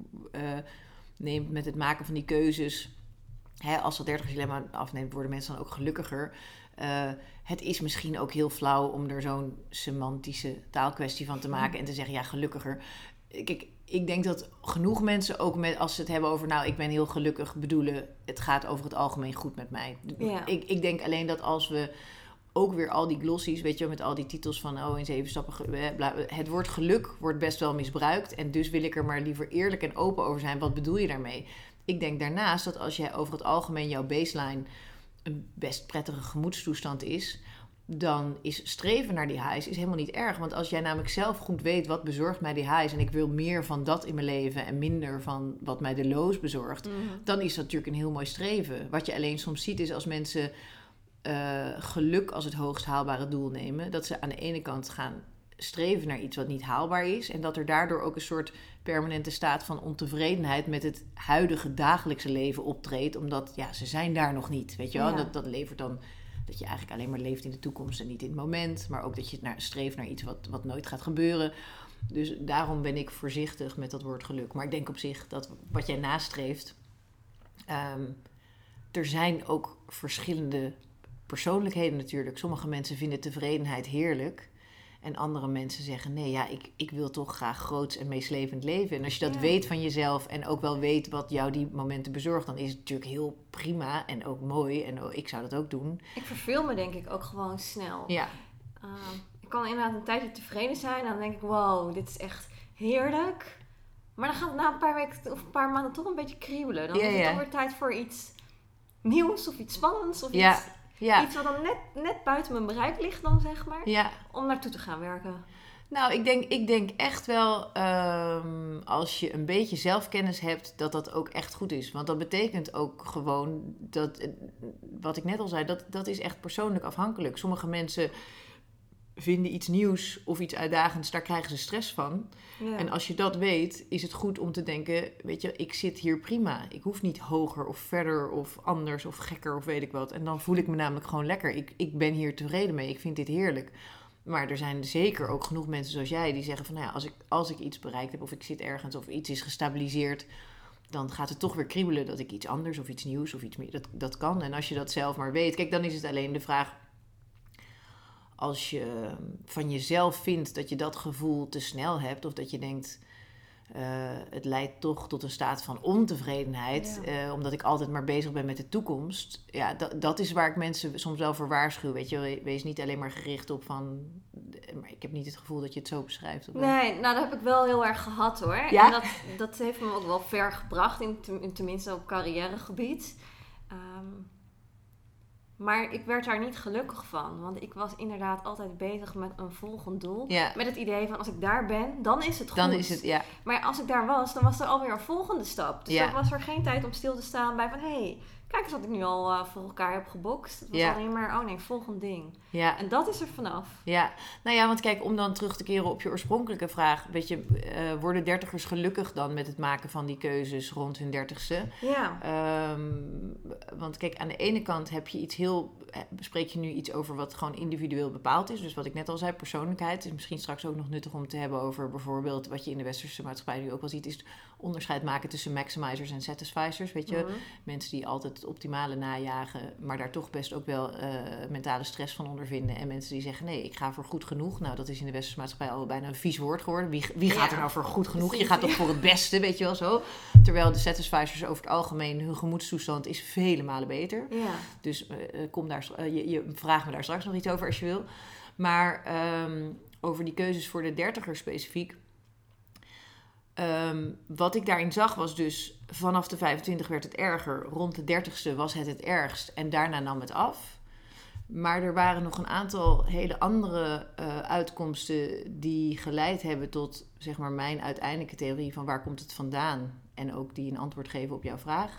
S2: neemt met het maken van die keuzes... als dat 30 dilemma afneemt, worden mensen dan ook gelukkiger... het is misschien ook heel flauw om er zo'n semantische taalkwestie van te maken... en te zeggen, gelukkiger. Kijk, ik denk dat genoeg mensen ook als ze het hebben over... ik ben heel gelukkig, bedoelen... het gaat over het algemeen goed met mij.
S3: Ja.
S2: Ik denk alleen dat als we ook weer al die glossies... weet je, met al die titels van... in 7 stappen... het woord geluk wordt best wel misbruikt... en dus wil ik er maar liever eerlijk en open over zijn. Wat bedoel je daarmee? Ik denk daarnaast dat als jij over het algemeen jouw baseline... een best prettige gemoedstoestand is... dan is streven naar die highs is helemaal niet erg. Want als jij namelijk zelf goed weet... wat bezorgt mij die highs... en ik wil meer van dat in mijn leven... en minder van wat mij de lows bezorgt... dan is dat natuurlijk een heel mooi streven. Wat je alleen soms ziet is als mensen... geluk als het hoogst haalbare doel nemen... dat ze aan de ene kant gaan streven naar iets wat niet haalbaar is... en dat er daardoor ook een soort permanente staat van ontevredenheid... met het huidige dagelijkse leven optreedt... omdat ze zijn daar nog niet, weet je wel. Ja. Dat levert dan dat je eigenlijk alleen maar leeft in de toekomst en niet in het moment... maar ook dat je streeft naar iets wat nooit gaat gebeuren. Dus daarom ben ik voorzichtig met dat woord geluk. Maar ik denk op zich dat wat jij nastreeft... er zijn ook verschillende persoonlijkheden natuurlijk. Sommige mensen vinden tevredenheid heerlijk. En andere mensen zeggen, nee, ja, ik wil toch graag groots en meeslepend leven. En als je dat weet van jezelf en ook wel weet wat jou die momenten bezorgt, dan is het natuurlijk heel prima en ook mooi. En ik zou dat ook doen.
S3: Ik verveel me denk ik ook gewoon snel.
S2: Ja.
S3: Ik kan inderdaad een tijdje tevreden zijn. Dan denk ik, wow, dit is echt heerlijk. Maar dan gaat het na een paar weken of een paar maanden toch een beetje kriebelen. Dan is het toch weer tijd voor iets nieuws of iets spannends. Of iets wat dan net buiten mijn bereik ligt dan, zeg maar. Ja. Om naartoe te gaan werken.
S2: Nou, ik denk echt wel, als je een beetje zelfkennis hebt, dat ook echt goed is. Want dat betekent ook gewoon dat, wat ik net al zei, dat is echt persoonlijk afhankelijk. Sommige mensen vinden iets nieuws of iets uitdagends, daar krijgen ze stress van. Ja. En als je dat weet, is het goed om te denken, weet je, ik zit hier prima. Ik hoef niet hoger of verder of anders of gekker of weet ik wat. En dan voel ik me namelijk gewoon lekker. Ik ben hier tevreden mee, ik vind dit heerlijk. Maar er zijn zeker ook genoeg mensen zoals jij die zeggen van, nou ja, als ik iets bereikt heb of ik zit ergens of iets is gestabiliseerd, dan gaat het toch weer kriebelen dat ik iets anders of iets nieuws of iets meer, dat kan. En als je dat zelf maar weet, kijk, dan is het alleen de vraag, als je van jezelf vindt dat je dat gevoel te snel hebt, of dat je denkt, het leidt toch tot een staat van ontevredenheid, omdat ik altijd maar bezig ben met de toekomst. Ja, dat is waar ik mensen soms wel voor waarschuw. Weet je, wees niet alleen maar gericht op van, maar ik heb niet het gevoel dat je het zo beschrijft.
S3: Nee, nou dat heb ik wel heel erg gehad hoor. Ja? En dat heeft me ook wel ver gebracht, tenminste op carrièregebied. Maar ik werd daar niet gelukkig van. Want ik was inderdaad altijd bezig met een volgend doel. Ja. Met het idee van, als ik daar ben, dan is het goed.
S2: Dan is het, ja.
S3: Maar als ik daar was, dan was er alweer een volgende stap. Dus dan was er geen tijd om stil te staan bij van, hey, kijk eens wat ik nu al voor elkaar heb gebokst. Het was alleen maar, volgend ding. Ja. En dat is er vanaf.
S2: Ja, nou ja, want kijk, om dan terug te keren op je oorspronkelijke vraag. Weet je, worden dertigers gelukkig dan met het maken van die keuzes rond hun 30ste? Ja. Want kijk, aan de ene kant heb je bespreek je nu iets over wat gewoon individueel bepaald is. Dus wat ik net al zei, persoonlijkheid. Is misschien straks ook nog nuttig om te hebben over bijvoorbeeld wat je in de westerse maatschappij nu ook wel ziet, is het onderscheid maken tussen maximizers en satisficers. Weet je, mensen die altijd het optimale najagen, maar daar toch best ook wel mentale stress van ondervinden. En mensen die zeggen, nee, ik ga voor goed genoeg. Nou, dat is in de westerse maatschappij al bijna een vies woord geworden. Wie gaat er nou voor goed genoeg? Je gaat toch voor het beste, weet je wel zo. Terwijl de satisficers over het algemeen, hun gemoedstoestand is vele malen beter. Ja. Dus kom daar, je vraagt me daar straks nog iets over als je wil. Maar over die keuzes voor de dertigers specifiek. Wat ik daarin zag was dus, vanaf de 25 werd het erger. Rond de 30ste was het ergst en daarna nam het af. Maar er waren nog een aantal hele andere uitkomsten die geleid hebben tot, zeg maar, mijn uiteindelijke theorie van waar komt het vandaan. En ook die een antwoord geven op jouw vraag.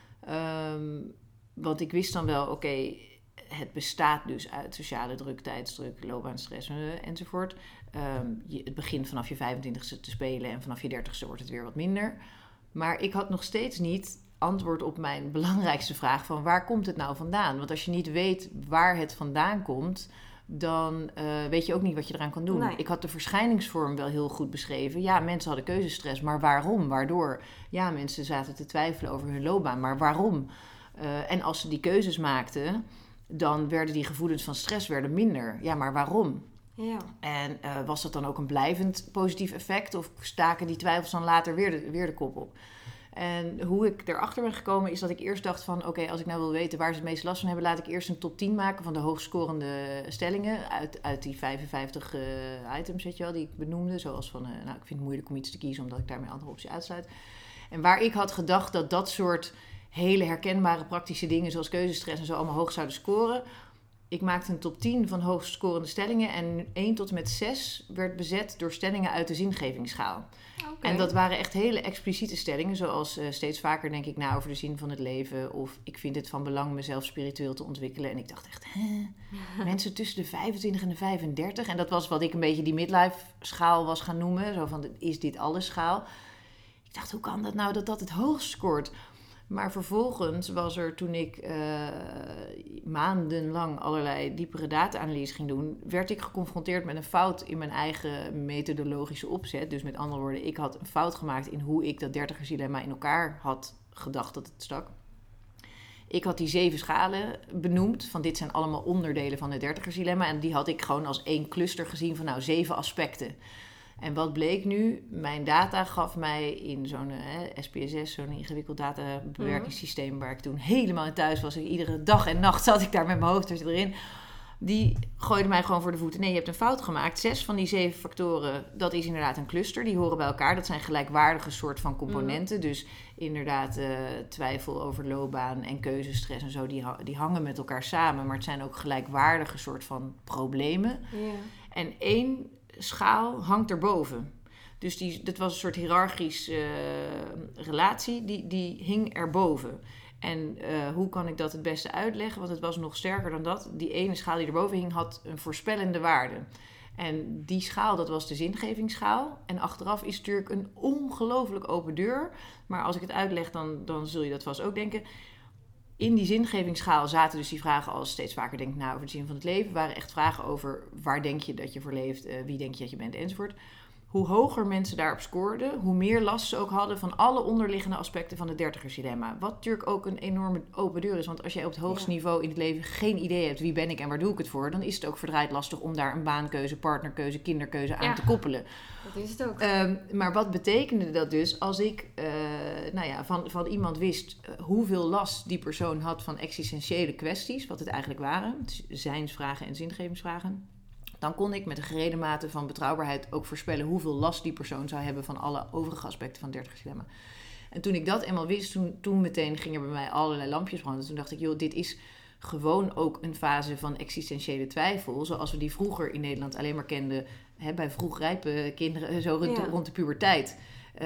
S2: Want ik wist dan wel, oké, het bestaat dus uit sociale druk, tijdsdruk, loopbaanstress enzovoort. Het begint vanaf je 25ste te spelen en vanaf je 30ste wordt het weer wat minder. Maar ik had nog steeds niet antwoord op mijn belangrijkste vraag van waar komt het nou vandaan? Want als je niet weet waar het vandaan komt, dan weet je ook niet wat je eraan kan doen. Nee. Ik had de verschijningsvorm wel heel goed beschreven. Ja, mensen hadden keuzestress, maar waarom? Waardoor? Ja, mensen zaten te twijfelen over hun loopbaan, maar waarom? En als ze die keuzes maakten, dan werden die gevoelens van stress minder. Ja, maar waarom? Ja. En was dat dan ook een blijvend positief effect? Of staken die twijfels dan later weer de kop op? En hoe ik erachter ben gekomen is dat ik eerst dacht van, oké, als ik nou wil weten waar ze het meest last van hebben, laat ik eerst een top 10 maken van de hoogscorende stellingen uit die 55 items, weet je wel, die ik benoemde. Zoals van, ik vind het moeilijk om iets te kiezen omdat ik daarmee andere opties uitsluit. En waar ik had gedacht dat soort hele herkenbare praktische dingen zoals keuzestress en zo allemaal hoog zouden scoren. Ik maakte een top 10 van hoogscorende stellingen en 1 tot en met 6 werd bezet door stellingen uit de zingevingsschaal. Okay. En dat waren echt hele expliciete stellingen, zoals steeds vaker denk ik na over de zin van het leven, of ik vind het van belang mezelf spiritueel te ontwikkelen. En ik dacht echt, mensen tussen de 25 en de 35. En dat was wat ik een beetje die midlife schaal was gaan noemen, zo van, is dit alles schaal? Ik dacht, hoe kan dat nou dat het hoogst scoort? Maar vervolgens was er, toen ik maandenlang allerlei diepere data-analyse ging doen, werd ik geconfronteerd met een fout in mijn eigen methodologische opzet. Dus met andere woorden, ik had een fout gemaakt in hoe ik dat dertigersdilemma in elkaar had gedacht dat het stak. Ik had die 7 schalen benoemd. Van dit zijn allemaal onderdelen van het dertigersdilemma. En die had ik gewoon als 1 cluster gezien van 7 aspecten. En wat bleek nu? Mijn data gaf mij in zo'n SPSS, zo'n ingewikkeld databewerkingssysteem waar ik toen helemaal in thuis was. Iedere dag en nacht zat ik daar met mijn hoofd erin. Die gooide mij gewoon voor de voeten. Nee, je hebt een fout gemaakt. 6 van die 7 factoren, dat is inderdaad een cluster. Die horen bij elkaar. Dat zijn gelijkwaardige soort van componenten. Dus inderdaad twijfel over loopbaan en keuzestress en zo. Die hangen met elkaar samen. Maar het zijn ook gelijkwaardige soort van problemen.
S3: Ja.
S2: En 1 schaal hangt erboven. Dus dat was een soort hiërarchische relatie. Die hing erboven. En hoe kan ik dat het beste uitleggen? Want het was nog sterker dan dat. Die ene schaal die erboven hing had een voorspellende waarde. En die schaal, dat was de zingevingsschaal. En achteraf is het natuurlijk een ongelooflijk open deur. Maar als ik het uitleg, dan zul je dat vast ook denken. In die zingevingsschaal zaten dus die vragen als steeds vaker denk ik na over de zin van het leven. Waren echt vragen over waar denk je dat je voor leeft, wie denk je dat je bent enzovoort. Hoe hoger mensen daarop scoorden, hoe meer last ze ook hadden van alle onderliggende aspecten van het dertigersdilemma. Wat natuurlijk ook een enorme open deur is. Want als jij op het hoogste niveau in het leven geen idee hebt wie ben ik en waar doe ik het voor, dan is het ook verdraaid lastig om daar een baankeuze, partnerkeuze, kinderkeuze aan te koppelen.
S3: Dat is het ook.
S2: Maar wat betekende dat dus als ik van iemand wist hoeveel last die persoon had van existentiële kwesties, wat het eigenlijk waren, zijnsvragen en zingevingsvragen. Dan kon ik met een gereden mate van betrouwbaarheid ook voorspellen hoeveel last die persoon zou hebben van alle overige aspecten van het dertigersdilemma. En toen ik dat eenmaal wist, toen meteen gingen bij mij allerlei lampjes branden. Toen dacht ik, joh, dit is gewoon ook een fase van existentiële twijfel. Zoals we die vroeger in Nederland alleen maar kenden bij vroegrijpe kinderen, zo rond de puberteit.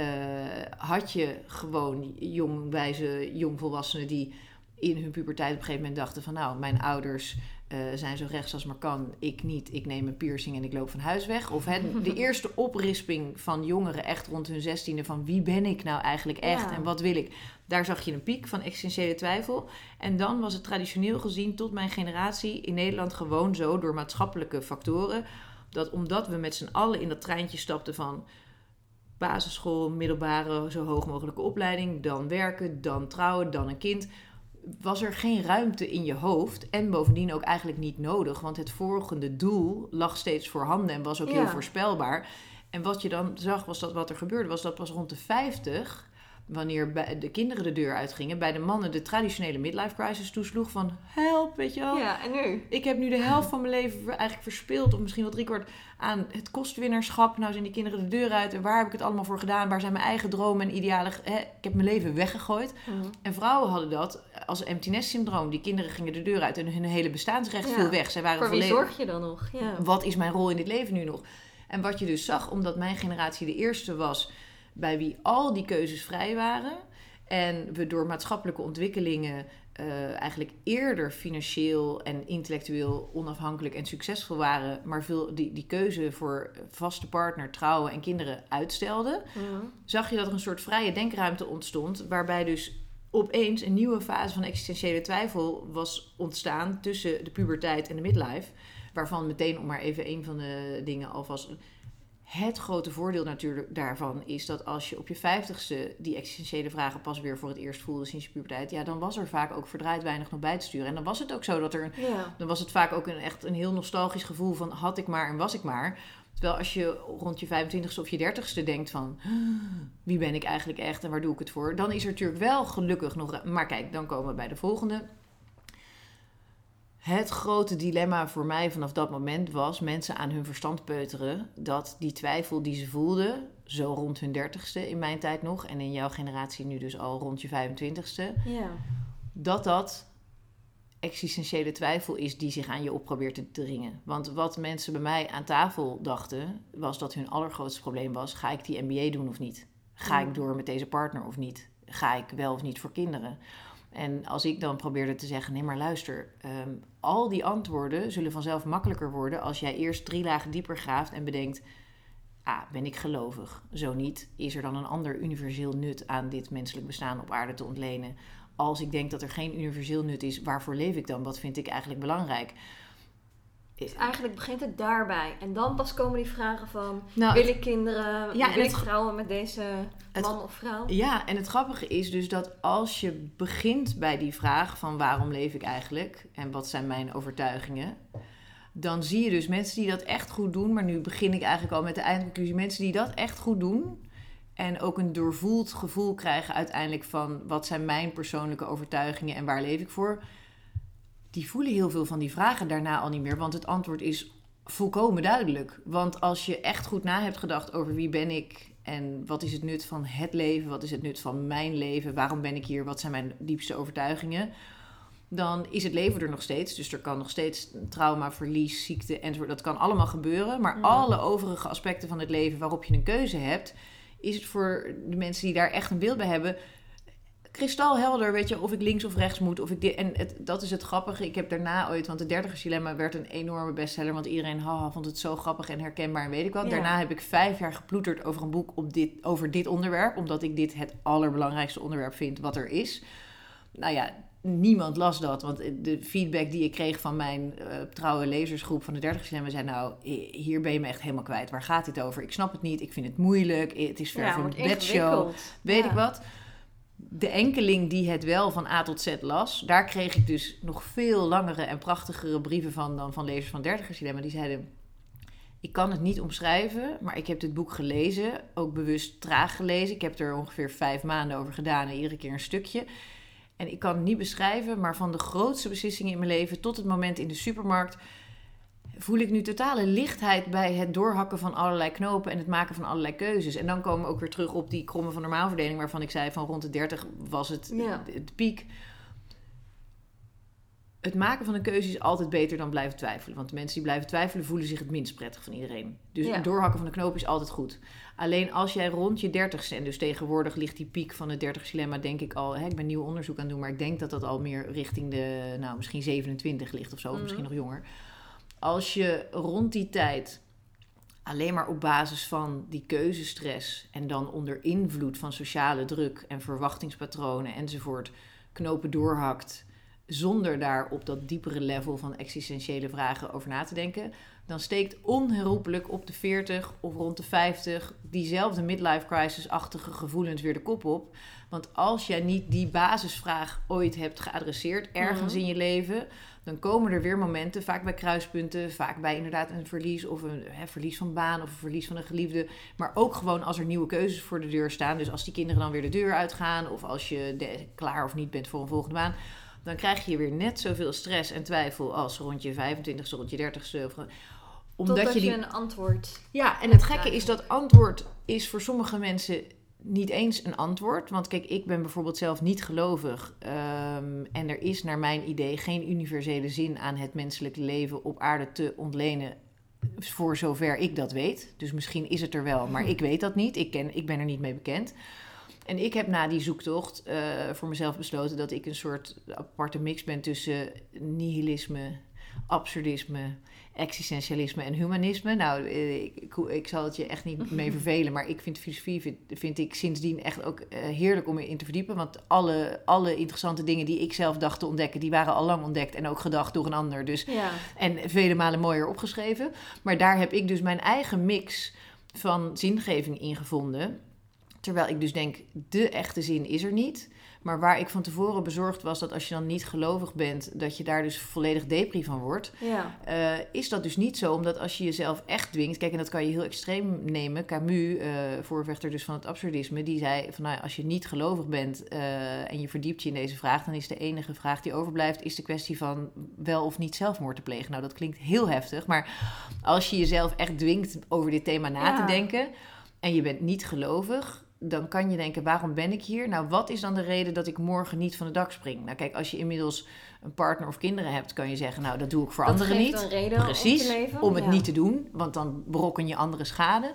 S2: Had je gewoon wijze jongvolwassenen die in hun puberteit op een gegeven moment dachten van mijn ouders zijn zo rechts als maar kan, ik niet, ik neem een piercing en ik loop van huis weg. Of de eerste oprisping van jongeren echt rond hun 16e van wie ben ik nou eigenlijk echt en wat wil ik. Daar zag je een piek van existentiële twijfel. En dan was het traditioneel gezien tot mijn generatie in Nederland gewoon zo door maatschappelijke factoren, dat omdat we met z'n allen in dat treintje stapten van basisschool, middelbare, zo hoog mogelijke opleiding, dan werken, dan trouwen, dan een kind, was er geen ruimte in je hoofd en bovendien ook eigenlijk niet nodig, want het volgende doel lag steeds voorhanden en was ook heel voorspelbaar. En wat je dan zag, was dat wat er gebeurde, was dat pas rond de 50, wanneer de kinderen de deur uitgingen, bij de mannen de traditionele midlife crisis toesloeg van help, weet je wel.
S3: Ja, en nu? Ik
S2: heb nu de helft van mijn leven eigenlijk verspild, of misschien wel 3/4 aan het kostwinnerschap. Nou zijn die kinderen de deur uit en waar heb ik het allemaal voor gedaan? Waar zijn mijn eigen dromen en idealen? Ik heb mijn leven weggegooid. Mm-hmm. En vrouwen hadden dat als empty nest syndroom. Die kinderen gingen de deur uit en hun hele bestaansrecht viel weg. Zij waren
S3: voor wie zorg je dan nog? Ja.
S2: Wat is mijn rol in dit leven nu nog? En wat je dus zag, omdat mijn generatie de eerste was bij wie al die keuzes vrij waren en we door maatschappelijke ontwikkelingen eigenlijk eerder financieel en intellectueel onafhankelijk en succesvol waren, maar veel die keuze voor vaste partner, trouwen en kinderen uitstelden, zag je dat er een soort vrije denkruimte ontstond, waarbij dus opeens een nieuwe fase van existentiële twijfel was ontstaan tussen de puberteit en de midlife, waarvan meteen, om maar even een van de dingen alvast. Het grote voordeel natuurlijk daarvan is dat als je op je 50ste die existentiële vragen pas weer voor het eerst voelde sinds je puberteit, dan was er vaak ook verdraaid weinig nog bij te sturen. En dan was het ook zo dat dan was het vaak ook echt een heel nostalgisch gevoel van had ik maar en was ik maar. Terwijl als je rond je 25ste of je 30ste denkt van wie ben ik eigenlijk echt en waar doe ik het voor, dan is er natuurlijk wel gelukkig nog. Maar kijk, dan komen we bij de volgende. Het grote dilemma voor mij vanaf dat moment was mensen aan hun verstand peuteren dat die twijfel die ze voelden, zo rond hun 30ste in mijn tijd nog en in jouw generatie nu dus al rond je 25ste, dat existentiële twijfel is die zich aan je op probeert te dringen. Want wat mensen bij mij aan tafel dachten, was dat hun allergrootste probleem was, ga ik die MBA doen of niet? Ga ik door met deze partner of niet? Ga ik wel of niet voor kinderen? En als ik dan probeerde te zeggen, nee maar luister, al die antwoorden zullen vanzelf makkelijker worden als jij eerst 3 lagen dieper graaft en bedenkt, ben ik gelovig? Zo niet, is er dan een ander universeel nut aan dit menselijk bestaan op aarde te ontlenen? Als ik denk dat er geen universeel nut is, waarvoor leef ik dan? Wat vind ik eigenlijk belangrijk?
S3: Dus eigenlijk begint het daarbij. En dan pas komen die vragen van... wil ik kinderen? Wil ik trouwen met deze man of vrouw?
S2: Ja, en het grappige is dus dat als je begint bij die vraag van waarom leef ik eigenlijk? En wat zijn mijn overtuigingen? Dan zie je dus mensen die dat echt goed doen. Maar nu begin ik eigenlijk al met de eindconclusie. Mensen die dat echt goed doen. En ook een doorvoeld gevoel krijgen uiteindelijk van... wat zijn mijn persoonlijke overtuigingen en waar leef ik voor? Die voelen heel veel van die vragen daarna al niet meer. Want het antwoord is volkomen duidelijk. Want als je echt goed na hebt gedacht over wie ben ik... en wat is het nut van het leven? Wat is het nut van mijn leven? Waarom ben ik hier? Wat zijn mijn diepste overtuigingen? Dan is het leven er nog steeds. Dus er kan nog steeds trauma, verlies, ziekte enzovoort. Dat kan allemaal gebeuren. Maar alle overige aspecten van het leven waarop je een keuze hebt... is het voor de mensen die daar echt een beeld bij hebben... kristalhelder, weet je, of ik links of rechts moet. Of ik dit. En dat is het grappige. Ik heb daarna ooit, want de 30ers Dilemma werd een enorme bestseller. Want iedereen vond het zo grappig en herkenbaar en weet ik wat. Ja. Daarna heb ik 5 jaar geploeterd over een boek over dit onderwerp. Omdat ik dit het allerbelangrijkste onderwerp vind wat er is. Nou ja, niemand las dat. Want de feedback die ik kreeg van mijn trouwe lezersgroep van de 30ers Dilemma zei... nou, hier ben je me echt helemaal kwijt. Waar gaat dit over? Ik snap het niet. Ik vind het moeilijk. Het is ver van een bedshow. Weet ik wat. De enkeling die het wel van A tot Z las... daar kreeg ik dus nog veel langere en prachtigere brieven van... dan van lezers van 30ers Dilemma. Die zeiden... ik kan het niet omschrijven, maar ik heb dit boek gelezen. Ook bewust traag gelezen. Ik heb er ongeveer 5 maanden over gedaan en iedere keer een stukje. En ik kan het niet beschrijven, maar van de grootste beslissingen in mijn leven... tot het moment in de supermarkt... voel ik nu totale lichtheid bij het doorhakken van allerlei knopen... en het maken van allerlei keuzes. En dan komen we ook weer terug op die kromme van normaalverdeling... waarvan ik zei van rond de 30 was het het piek. Het maken van een keuze is altijd beter dan blijven twijfelen. Want de mensen die blijven twijfelen voelen zich het minst prettig van iedereen. Dus het doorhakken van de knoop is altijd goed. Alleen als jij rond je 30ste... en dus tegenwoordig ligt die piek van het 30's dilemma... denk ik al, ik ben nieuw onderzoek aan het doen... maar ik denk dat dat al meer richting de, misschien 27 ligt of zo... of misschien nog jonger... Als je rond die tijd alleen maar op basis van die keuzestress... en dan onder invloed van sociale druk en verwachtingspatronen enzovoort... knopen doorhakt, zonder daar op dat diepere level van existentiële vragen over na te denken... dan steekt onherroepelijk op de 40 of rond de 50 diezelfde midlife crisis-achtige gevoelens weer de kop op. Want als jij niet die basisvraag ooit hebt geadresseerd ergens in je leven... dan komen er weer momenten, vaak bij kruispunten... vaak bij inderdaad een verlies of een verlies van baan of een verlies van een geliefde... maar ook gewoon als er nieuwe keuzes voor de deur staan. Dus als die kinderen dan weer de deur uitgaan... of als je klaar of niet bent voor een volgende baan... dan krijg je weer net zoveel stress en twijfel als rond je 25ste, rond je 30ste...
S3: Totdat je een antwoord...
S2: Ja, en het gekke is dat antwoord is voor sommige mensen... niet eens een antwoord. Want kijk, ik ben bijvoorbeeld zelf niet gelovig. En er is naar mijn idee geen universele zin aan het menselijke leven op aarde te ontlenen. Voor zover ik dat weet. Dus misschien is het er wel, maar ik weet dat niet. Ik ben er niet mee bekend. En ik heb na die zoektocht voor mezelf besloten dat ik een soort aparte mix ben tussen nihilisme, absurdisme, existentialisme en humanisme. Nou, ik zal het je echt niet mee vervelen, maar ik vind filosofie vind ik sindsdien echt ook heerlijk om in te verdiepen. Want alle interessante dingen die ik zelf dacht te ontdekken, die waren al lang ontdekt en ook gedacht door een ander. Dus, en vele malen mooier opgeschreven. Maar daar heb ik dus mijn eigen mix van zingeving in gevonden. Terwijl ik dus denk, de echte zin is er niet. Maar waar ik van tevoren bezorgd was dat als je dan niet gelovig bent... dat je daar dus volledig depri van wordt. Is dat dus niet zo, omdat als je jezelf echt dwingt... Kijk, en dat kan je heel extreem nemen. Camus, voorvechter dus van het absurdisme... die zei van nou, als je niet gelovig bent en je verdiept je in deze vraag... dan is de enige vraag die overblijft... is de kwestie van wel of niet zelfmoord te plegen. Nou, dat klinkt heel heftig. Maar als je jezelf echt dwingt over dit thema na te denken... en je bent niet gelovig... dan kan je denken, waarom ben ik hier? Nou, wat is dan de reden dat ik morgen niet van het dak spring? Nou, kijk, als je inmiddels een partner of kinderen hebt... kan je zeggen, nou, dat doe ik voor anderen niet.
S3: Dat geeft een reden
S2: precies,
S3: om te leven.
S2: Om het niet te doen, want dan berokken je andere schade.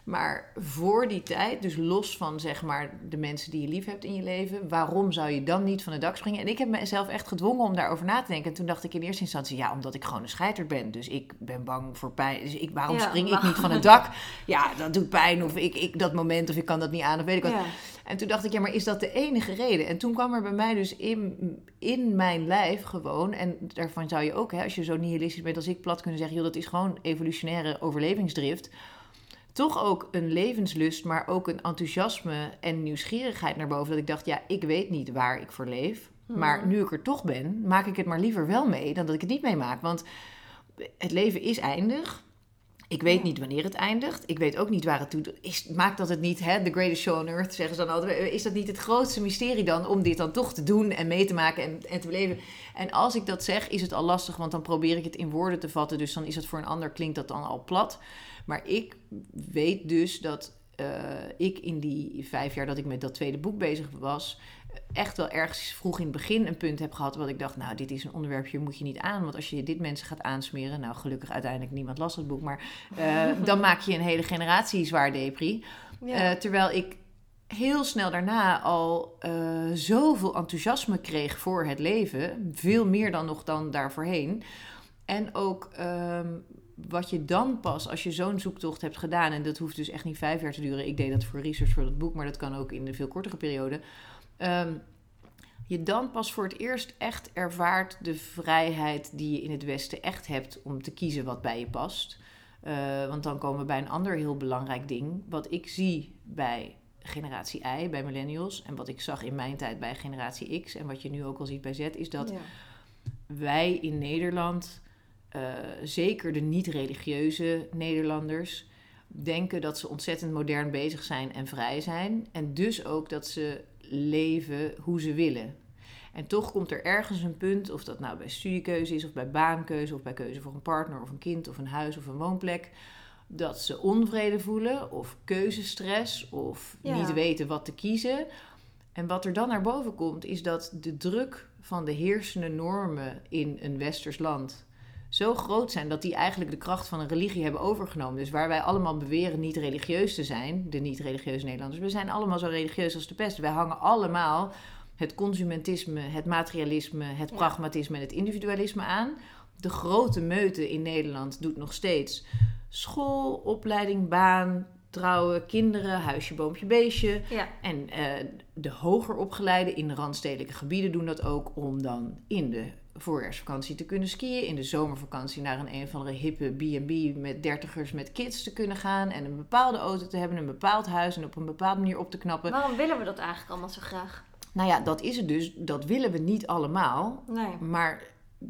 S2: Maar voor die tijd, dus los van zeg maar de mensen die je lief hebt in je leven, waarom zou je dan niet van het dak springen? En ik heb mezelf echt gedwongen om daarover na te denken. En toen dacht ik in eerste instantie, ja, omdat ik gewoon een scheiter ben. Dus ik ben bang voor pijn. Dus waarom spring ik niet van het dak? Ja, dat doet pijn. Of ik dat moment, of ik kan dat niet aan, of weet ik wat. Ja. En toen dacht ik, ja, maar is dat de enige reden? En toen kwam er bij mij dus in mijn lijf gewoon, en daarvan zou je ook, als je zo nihilistisch bent als ik, plat kunnen zeggen, joh, dat is gewoon evolutionaire overlevingsdrift. Toch ook een levenslust, maar ook een enthousiasme en nieuwsgierigheid naar boven. Dat ik dacht, ja, ik weet niet waar ik voor leef. Maar nu ik er toch ben, maak ik het maar liever wel mee dan dat ik het niet meemaak. Want het leven is eindig. Ik weet niet wanneer het eindigt. Ik weet ook niet waar het toe is. Maakt dat het niet, the greatest show on earth, zeggen ze dan altijd. Is dat niet het grootste mysterie dan om dit dan toch te doen en mee te maken en te beleven? En als ik dat zeg, is het al lastig, want dan probeer ik het in woorden te vatten. Dus dan is het voor een ander, klinkt dat dan al plat. Maar ik weet dus dat ik in die 5 jaar dat ik met dat tweede boek bezig was, echt wel ergens vroeg in het begin een punt heb gehad wat ik dacht, nou, dit is een onderwerp, hier moet je niet aan. Want als je dit mensen gaat aansmeren, nou, gelukkig uiteindelijk niemand las het boek, maar dan maak je een hele generatie zwaar depri. Ja. Terwijl ik heel snel daarna al zoveel enthousiasme kreeg voor het leven. Veel meer dan nog dan daarvoorheen. En ook wat je dan pas, als je zo'n zoektocht hebt gedaan, en dat hoeft dus echt niet 5 jaar te duren. Ik deed dat voor research voor dat boek, maar dat kan ook in een veel kortere periode. Je dan pas voor het eerst echt ervaart de vrijheid die je in het Westen echt hebt om te kiezen wat bij je past. Want dan komen we bij een ander heel belangrijk ding. Wat ik zie bij generatie Y, bij millennials, en wat ik zag in mijn tijd bij generatie X, en wat je nu ook al ziet bij Z, is dat wij in Nederland, zeker de niet-religieuze Nederlanders, denken dat ze ontzettend modern bezig zijn en vrij zijn. En dus ook dat ze leven hoe ze willen. En toch komt er ergens een punt, of dat nou bij studiekeuze is, of bij baankeuze, of bij keuze voor een partner, of een kind, of een huis, of een woonplek, dat ze onvrede voelen, of keuzestress, of niet weten wat te kiezen. En wat er dan naar boven komt, is dat de druk van de heersende normen in een westers land zo groot zijn dat die eigenlijk de kracht van een religie hebben overgenomen. Dus waar wij allemaal beweren niet religieus te zijn, de niet-religieuze Nederlanders, we zijn allemaal zo religieus als de pest. Wij hangen allemaal het consumentisme, het materialisme, het pragmatisme en het individualisme aan. De grote meute in Nederland doet nog steeds school, opleiding, baan, trouwen, kinderen, huisje, boompje, beestje. Ja. En de hoger opgeleiden in de randstedelijke gebieden doen dat ook om dan in de voorjaarsvakantie te kunnen skiën, in de zomervakantie naar een of andere hippe B&B met 30ers met kids te kunnen gaan en een bepaalde auto te hebben, een bepaald huis en op een bepaalde manier op te knappen.
S3: Waarom willen we dat eigenlijk allemaal zo graag?
S2: Nou ja, dat is het dus. Dat willen we niet allemaal. Nee. Maar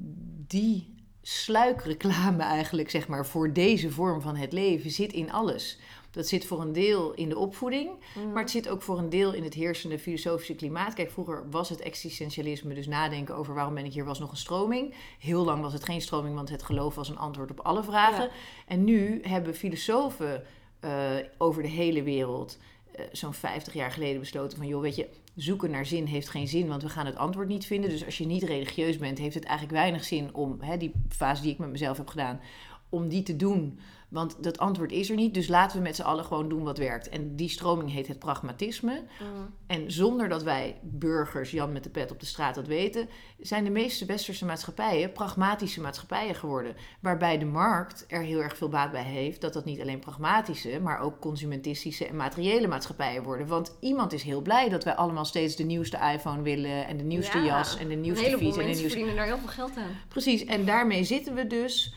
S2: die sluikreclame eigenlijk, zeg maar, voor deze vorm van het leven zit in alles. Dat zit voor een deel in de opvoeding, maar het zit ook voor een deel in het heersende filosofische klimaat. Kijk, vroeger was het existentialisme, dus nadenken over waarom ben ik hier, was nog een stroming. Heel lang was het geen stroming, want het geloof was een antwoord op alle vragen. Ja. En nu hebben filosofen over de hele wereld zo'n 50 jaar geleden besloten van, joh, weet je, zoeken naar zin heeft geen zin, want we gaan het antwoord niet vinden. Dus als je niet religieus bent, heeft het eigenlijk weinig zin om, die fase die ik met mezelf heb gedaan, om die te doen. Want dat antwoord is er niet, dus laten we met z'n allen gewoon doen wat werkt. En die stroming heet het pragmatisme. En zonder dat wij burgers, Jan met de pet op de straat, dat weten, zijn de meeste westerse maatschappijen pragmatische maatschappijen geworden. Waarbij de markt er heel erg veel baat bij heeft dat niet alleen pragmatische, maar ook consumentistische en materiële maatschappijen worden. Want iemand is heel blij dat wij allemaal steeds de nieuwste iPhone willen en de nieuwste jas en de nieuwste fiets.
S3: Een heleboel mensen verdienen daar heel veel geld aan.
S2: Precies, en daarmee zitten we dus.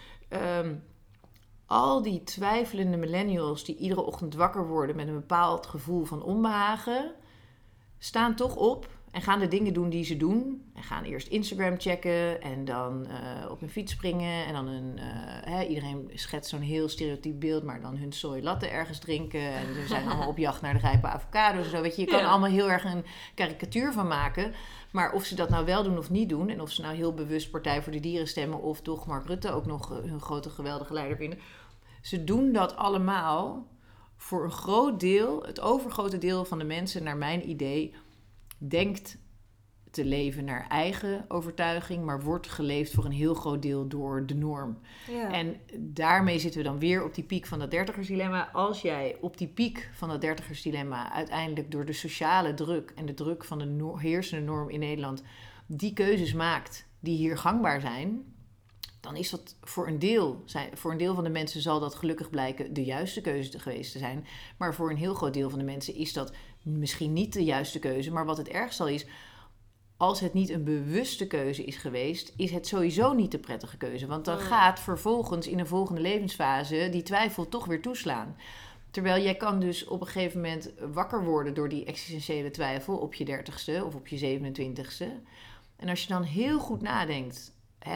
S2: Al die twijfelende millennials die iedere ochtend wakker worden met een bepaald gevoel van onbehagen, staan toch op en gaan de dingen doen die ze doen. En gaan eerst Instagram checken en dan op een fiets springen. En dan iedereen schetst zo'n heel stereotyp beeld, maar dan hun soy latte ergens drinken. En ze zijn allemaal op jacht naar de rijpe avocado's en zo. Weet je kan allemaal heel erg een karikatuur van maken. Maar of ze dat nou wel doen of niet doen, en of ze nou heel bewust Partij voor de Dieren stemmen of toch Mark Rutte ook nog hun grote geweldige leider vinden. Ze doen dat allemaal voor een groot deel, het overgrote deel van de mensen, naar mijn idee, denkt te leven naar eigen overtuiging, maar wordt geleefd voor een heel groot deel door de norm. Ja. En daarmee zitten we dan weer op die piek van dat dertigersdilemma. Als jij op die piek van dat dertigersdilemma uiteindelijk door de sociale druk en de druk van de heersende norm in Nederland die keuzes maakt die hier gangbaar zijn, dan is dat voor een deel van de mensen zal dat gelukkig blijken de juiste keuze geweest te zijn. Maar voor een heel groot deel van de mensen is dat misschien niet de juiste keuze. Maar wat het ergst al is, als het niet een bewuste keuze is geweest, is het sowieso niet de prettige keuze. Want dan gaat vervolgens in een volgende levensfase die twijfel toch weer toeslaan. Terwijl jij kan dus op een gegeven moment wakker worden door die existentiële twijfel op je 30ste of op je 27ste. En als je dan heel goed nadenkt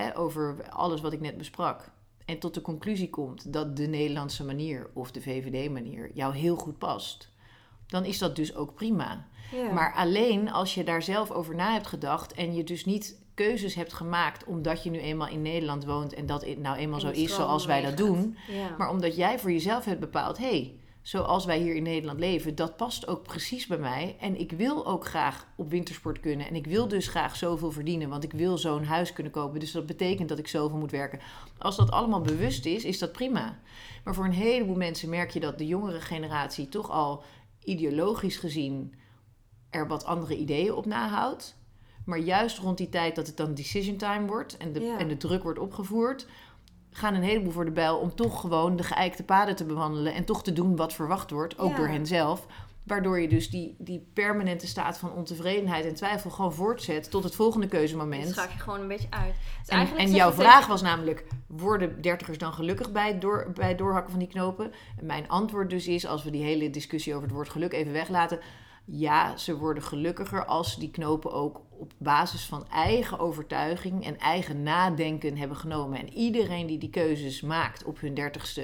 S2: over alles wat ik net besprak en tot de conclusie komt dat de Nederlandse manier of de VVD-manier jou heel goed past, dan is dat dus ook prima. Ja. Maar alleen als je daar zelf over na hebt gedacht en je dus niet keuzes hebt gemaakt omdat je nu eenmaal in Nederland woont en dat het nou eenmaal zo is zoals wij dat doen, maar omdat jij voor jezelf hebt bepaald, zoals wij hier in Nederland leven, dat past ook precies bij mij. En ik wil ook graag op wintersport kunnen. En ik wil dus graag zoveel verdienen, want ik wil zo'n huis kunnen kopen. Dus dat betekent dat ik zoveel moet werken. Als dat allemaal bewust is dat prima. Maar voor een heleboel mensen merk je dat de jongere generatie toch al ideologisch gezien er wat andere ideeën op nahoudt. Maar juist rond die tijd dat het dan decision time wordt en de druk wordt opgevoerd, gaan een heleboel voor de bijl om toch gewoon de geëikte paden te bewandelen en toch te doen wat verwacht wordt, ook door hen zelf. Waardoor je dus die permanente staat van ontevredenheid en twijfel gewoon voortzet tot het volgende keuzemoment.
S3: Dat schaak je gewoon een beetje uit. Dus
S2: en jouw vraag was namelijk, worden dertigers dan gelukkig bij het doorhakken van die knopen? En mijn antwoord dus is, als we die hele discussie over het woord geluk even weglaten, ja, ze worden gelukkiger als ze die knopen ook op basis van eigen overtuiging en eigen nadenken hebben genomen. En iedereen die keuzes maakt op hun 30ste,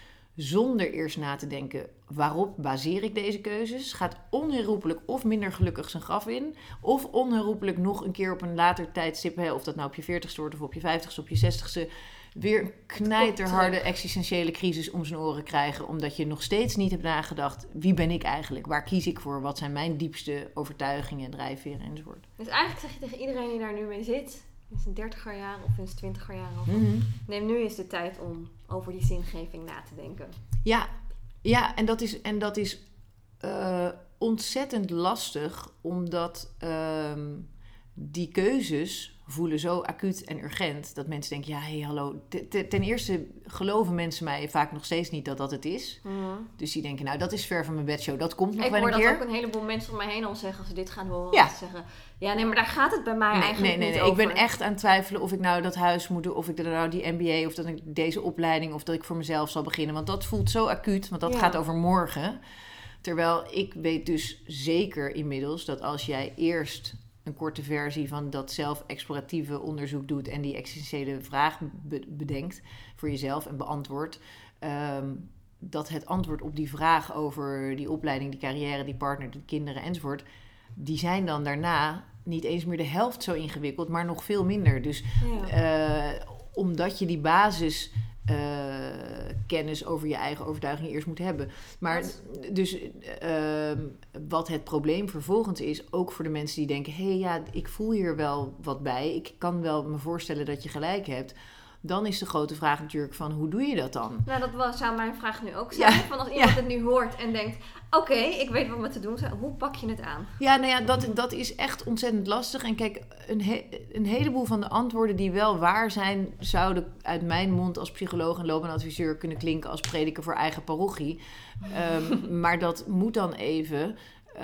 S2: zonder eerst na te denken, waarop baseer ik deze keuzes, gaat onherroepelijk of minder gelukkig zijn graf in, of onherroepelijk nog een keer op een later tijdstip, of dat nou op je 40ste wordt of op je 50ste, op je 60ste, weer een knijterharde existentiële crisis om zijn oren krijgen, omdat je nog steeds niet hebt nagedacht, wie ben ik eigenlijk? Waar kies ik voor? Wat zijn mijn diepste overtuigingen, drijfveren enzovoort?
S3: Dus eigenlijk zeg je tegen iedereen die daar nu mee zit, in zijn 30er jaren of in zijn 20er jaren, neem nu eens de tijd om over die zingeving na te denken.
S2: Ja, en dat is ontzettend lastig, omdat die keuzes voelen zo acuut en urgent dat mensen denken, hallo. Ten eerste geloven mensen mij vaak nog steeds niet dat het is. Mm. Dus die denken, nou, dat is ver van mijn bedshow. Dat komt nog wel een keer. Ik hoor dat
S3: ook een heleboel mensen om mij heen al zeggen als ze dit gaan horen. Ja. Zeggen, nee, maar daar gaat het bij mij eigenlijk niet over.
S2: Ik ben echt aan het twijfelen of ik nou dat huis moet doen, of ik nou die MBA, of dat ik deze opleiding, of dat ik voor mezelf zal beginnen. Want dat voelt zo acuut, want dat gaat over morgen. Terwijl ik weet dus zeker inmiddels dat als jij eerst een korte versie van dat zelf-exploratieve onderzoek doet en die existentiële vraag bedenkt voor jezelf en beantwoordt, dat het antwoord op die vraag over die opleiding, die carrière, die partner, die kinderen enzovoort, die zijn dan daarna niet eens meer de helft zo ingewikkeld, maar nog veel minder. Dus omdat je die basis kennis over je eigen overtuiging eerst moet hebben. Maar dus wat het probleem vervolgens is, ook voor de mensen die denken, ik voel hier wel wat bij, ik kan wel me voorstellen dat je gelijk hebt. Dan is de grote vraag natuurlijk van, hoe doe je dat dan?
S3: Nou, dat zou mijn vraag nu ook zijn. Van als iemand het nu hoort en denkt, oké, ik weet wat me te doen is, hoe pak je het aan?
S2: Ja, nou ja, dat is echt ontzettend lastig. En kijk, een heleboel van de antwoorden die wel waar zijn, zouden uit mijn mond als psycholoog en loopbaanadviseur kunnen klinken als prediker voor eigen parochie. Maar dat moet dan even.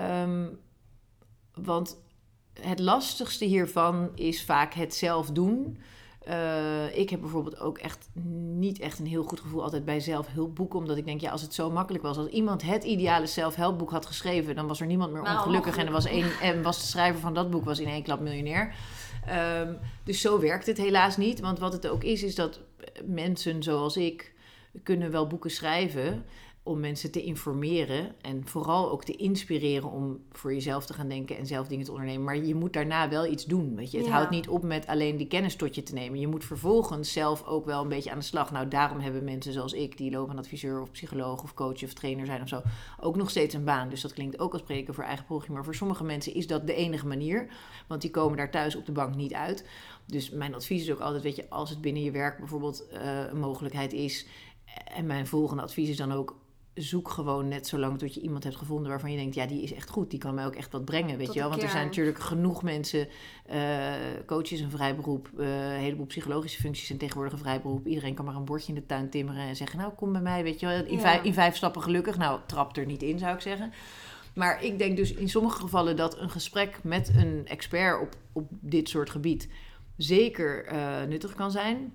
S2: Want het lastigste hiervan is vaak het zelf doen. Ik heb bijvoorbeeld ook echt niet echt een heel goed gevoel altijd bij zelfhulpboeken. Omdat ik denk, als het zo makkelijk was. Als iemand het ideale zelfhelpboek had geschreven, dan was er niemand meer ongelukkig. En was de schrijver van dat boek was in één klap miljonair. Dus zo werkt het helaas niet. Want wat het ook is dat mensen zoals ik kunnen wel boeken schrijven. om mensen te informeren en vooral ook te inspireren om voor jezelf te gaan denken en zelf dingen te ondernemen. Maar je moet daarna wel iets doen, weet je. Het houdt niet op met alleen die kennis tot je te nemen. Je moet vervolgens zelf ook wel een beetje aan de slag. Nou, daarom hebben mensen zoals ik, die loopbaanadviseur of psycholoog of coach of trainer zijn of zo, ook nog steeds een baan. Dus dat klinkt ook als preken voor eigen poging. Maar voor sommige mensen is dat de enige manier, want die komen daar thuis op de bank niet uit. Dus mijn advies is ook altijd, weet je, als het binnen je werk bijvoorbeeld een mogelijkheid is. En mijn volgende advies is dan ook, zoek gewoon net zo lang tot je iemand hebt gevonden waarvan je denkt, ja, die is echt goed. Die kan mij ook echt wat brengen, weet je wel. Want er zijn natuurlijk genoeg mensen, coach is een vrij beroep, een heleboel psychologische functies zijn tegenwoordig een vrij beroep. Iedereen kan maar een bordje in de tuin timmeren en zeggen, nou, kom bij mij, weet je wel. In 5 stappen gelukkig. Nou, trap er niet in, zou ik zeggen. Maar ik denk dus in sommige gevallen dat een gesprek met een expert op dit soort gebied zeker nuttig kan zijn.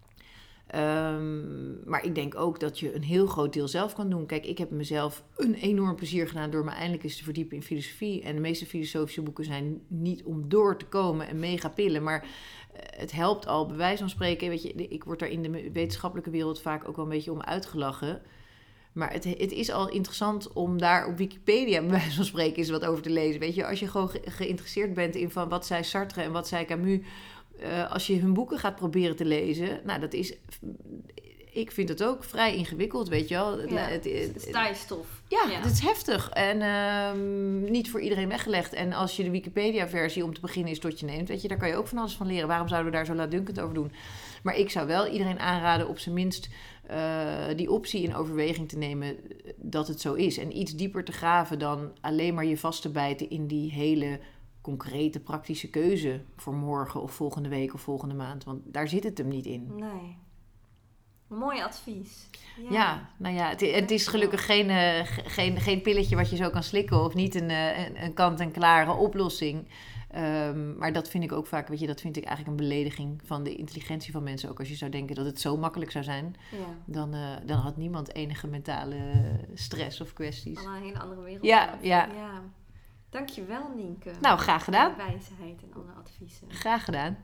S2: Maar ik denk ook dat je een heel groot deel zelf kan doen. Kijk, ik heb mezelf een enorm plezier gedaan door me eindelijk eens te verdiepen in filosofie. En de meeste filosofische boeken zijn niet om door te komen en mega pillen. Maar het helpt al, bij wijze van spreken. Weet je, ik word daar in de wetenschappelijke wereld vaak ook wel een beetje om uitgelachen. Maar het is al interessant om daar op Wikipedia, bij wijze van spreken, eens wat over te lezen. Weet je, als je gewoon geïnteresseerd bent in van wat zei Sartre en wat zei Camus, als je hun boeken gaat proberen te lezen, nou, dat is, ik vind het ook vrij ingewikkeld, weet je wel.
S3: Het is taaistof.
S2: Ja, het is heftig en niet voor iedereen weggelegd. En als je de Wikipedia-versie om te beginnen is tot je neemt, weet je, daar kan je ook van alles van leren. Waarom zouden we daar zo laatdunkend over doen? Maar ik zou wel iedereen aanraden op zijn minst die optie in overweging te nemen dat het zo is. En iets dieper te graven dan alleen maar je vast te bijten in die hele concrete praktische keuze voor morgen of volgende week of volgende maand. Want daar zit het hem niet in.
S3: Nee. Mooi advies.
S2: Ja, nou ja, het is gelukkig geen pilletje wat je zo kan slikken of niet een kant-en-klare oplossing. Maar dat vind ik ook vaak, weet je, dat vind ik eigenlijk een belediging van de intelligentie van mensen. Ook als je zou denken dat het zo makkelijk zou zijn, dan had niemand enige mentale stress of kwesties.
S3: Al een hele andere wereld.
S2: Ja.
S3: Dankjewel, Nienke.
S2: Nou, graag gedaan.
S3: Voor de wijsheid en alle adviezen.
S2: Graag gedaan.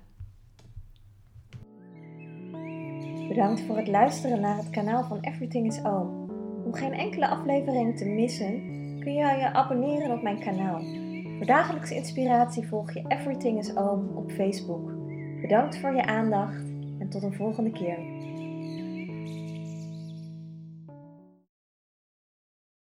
S1: Bedankt voor het luisteren naar het kanaal van Everything is Oom. Om geen enkele aflevering te missen, kun je je abonneren op mijn kanaal. Voor dagelijkse inspiratie volg je Everything is Oom op Facebook. Bedankt voor je aandacht en tot een volgende keer.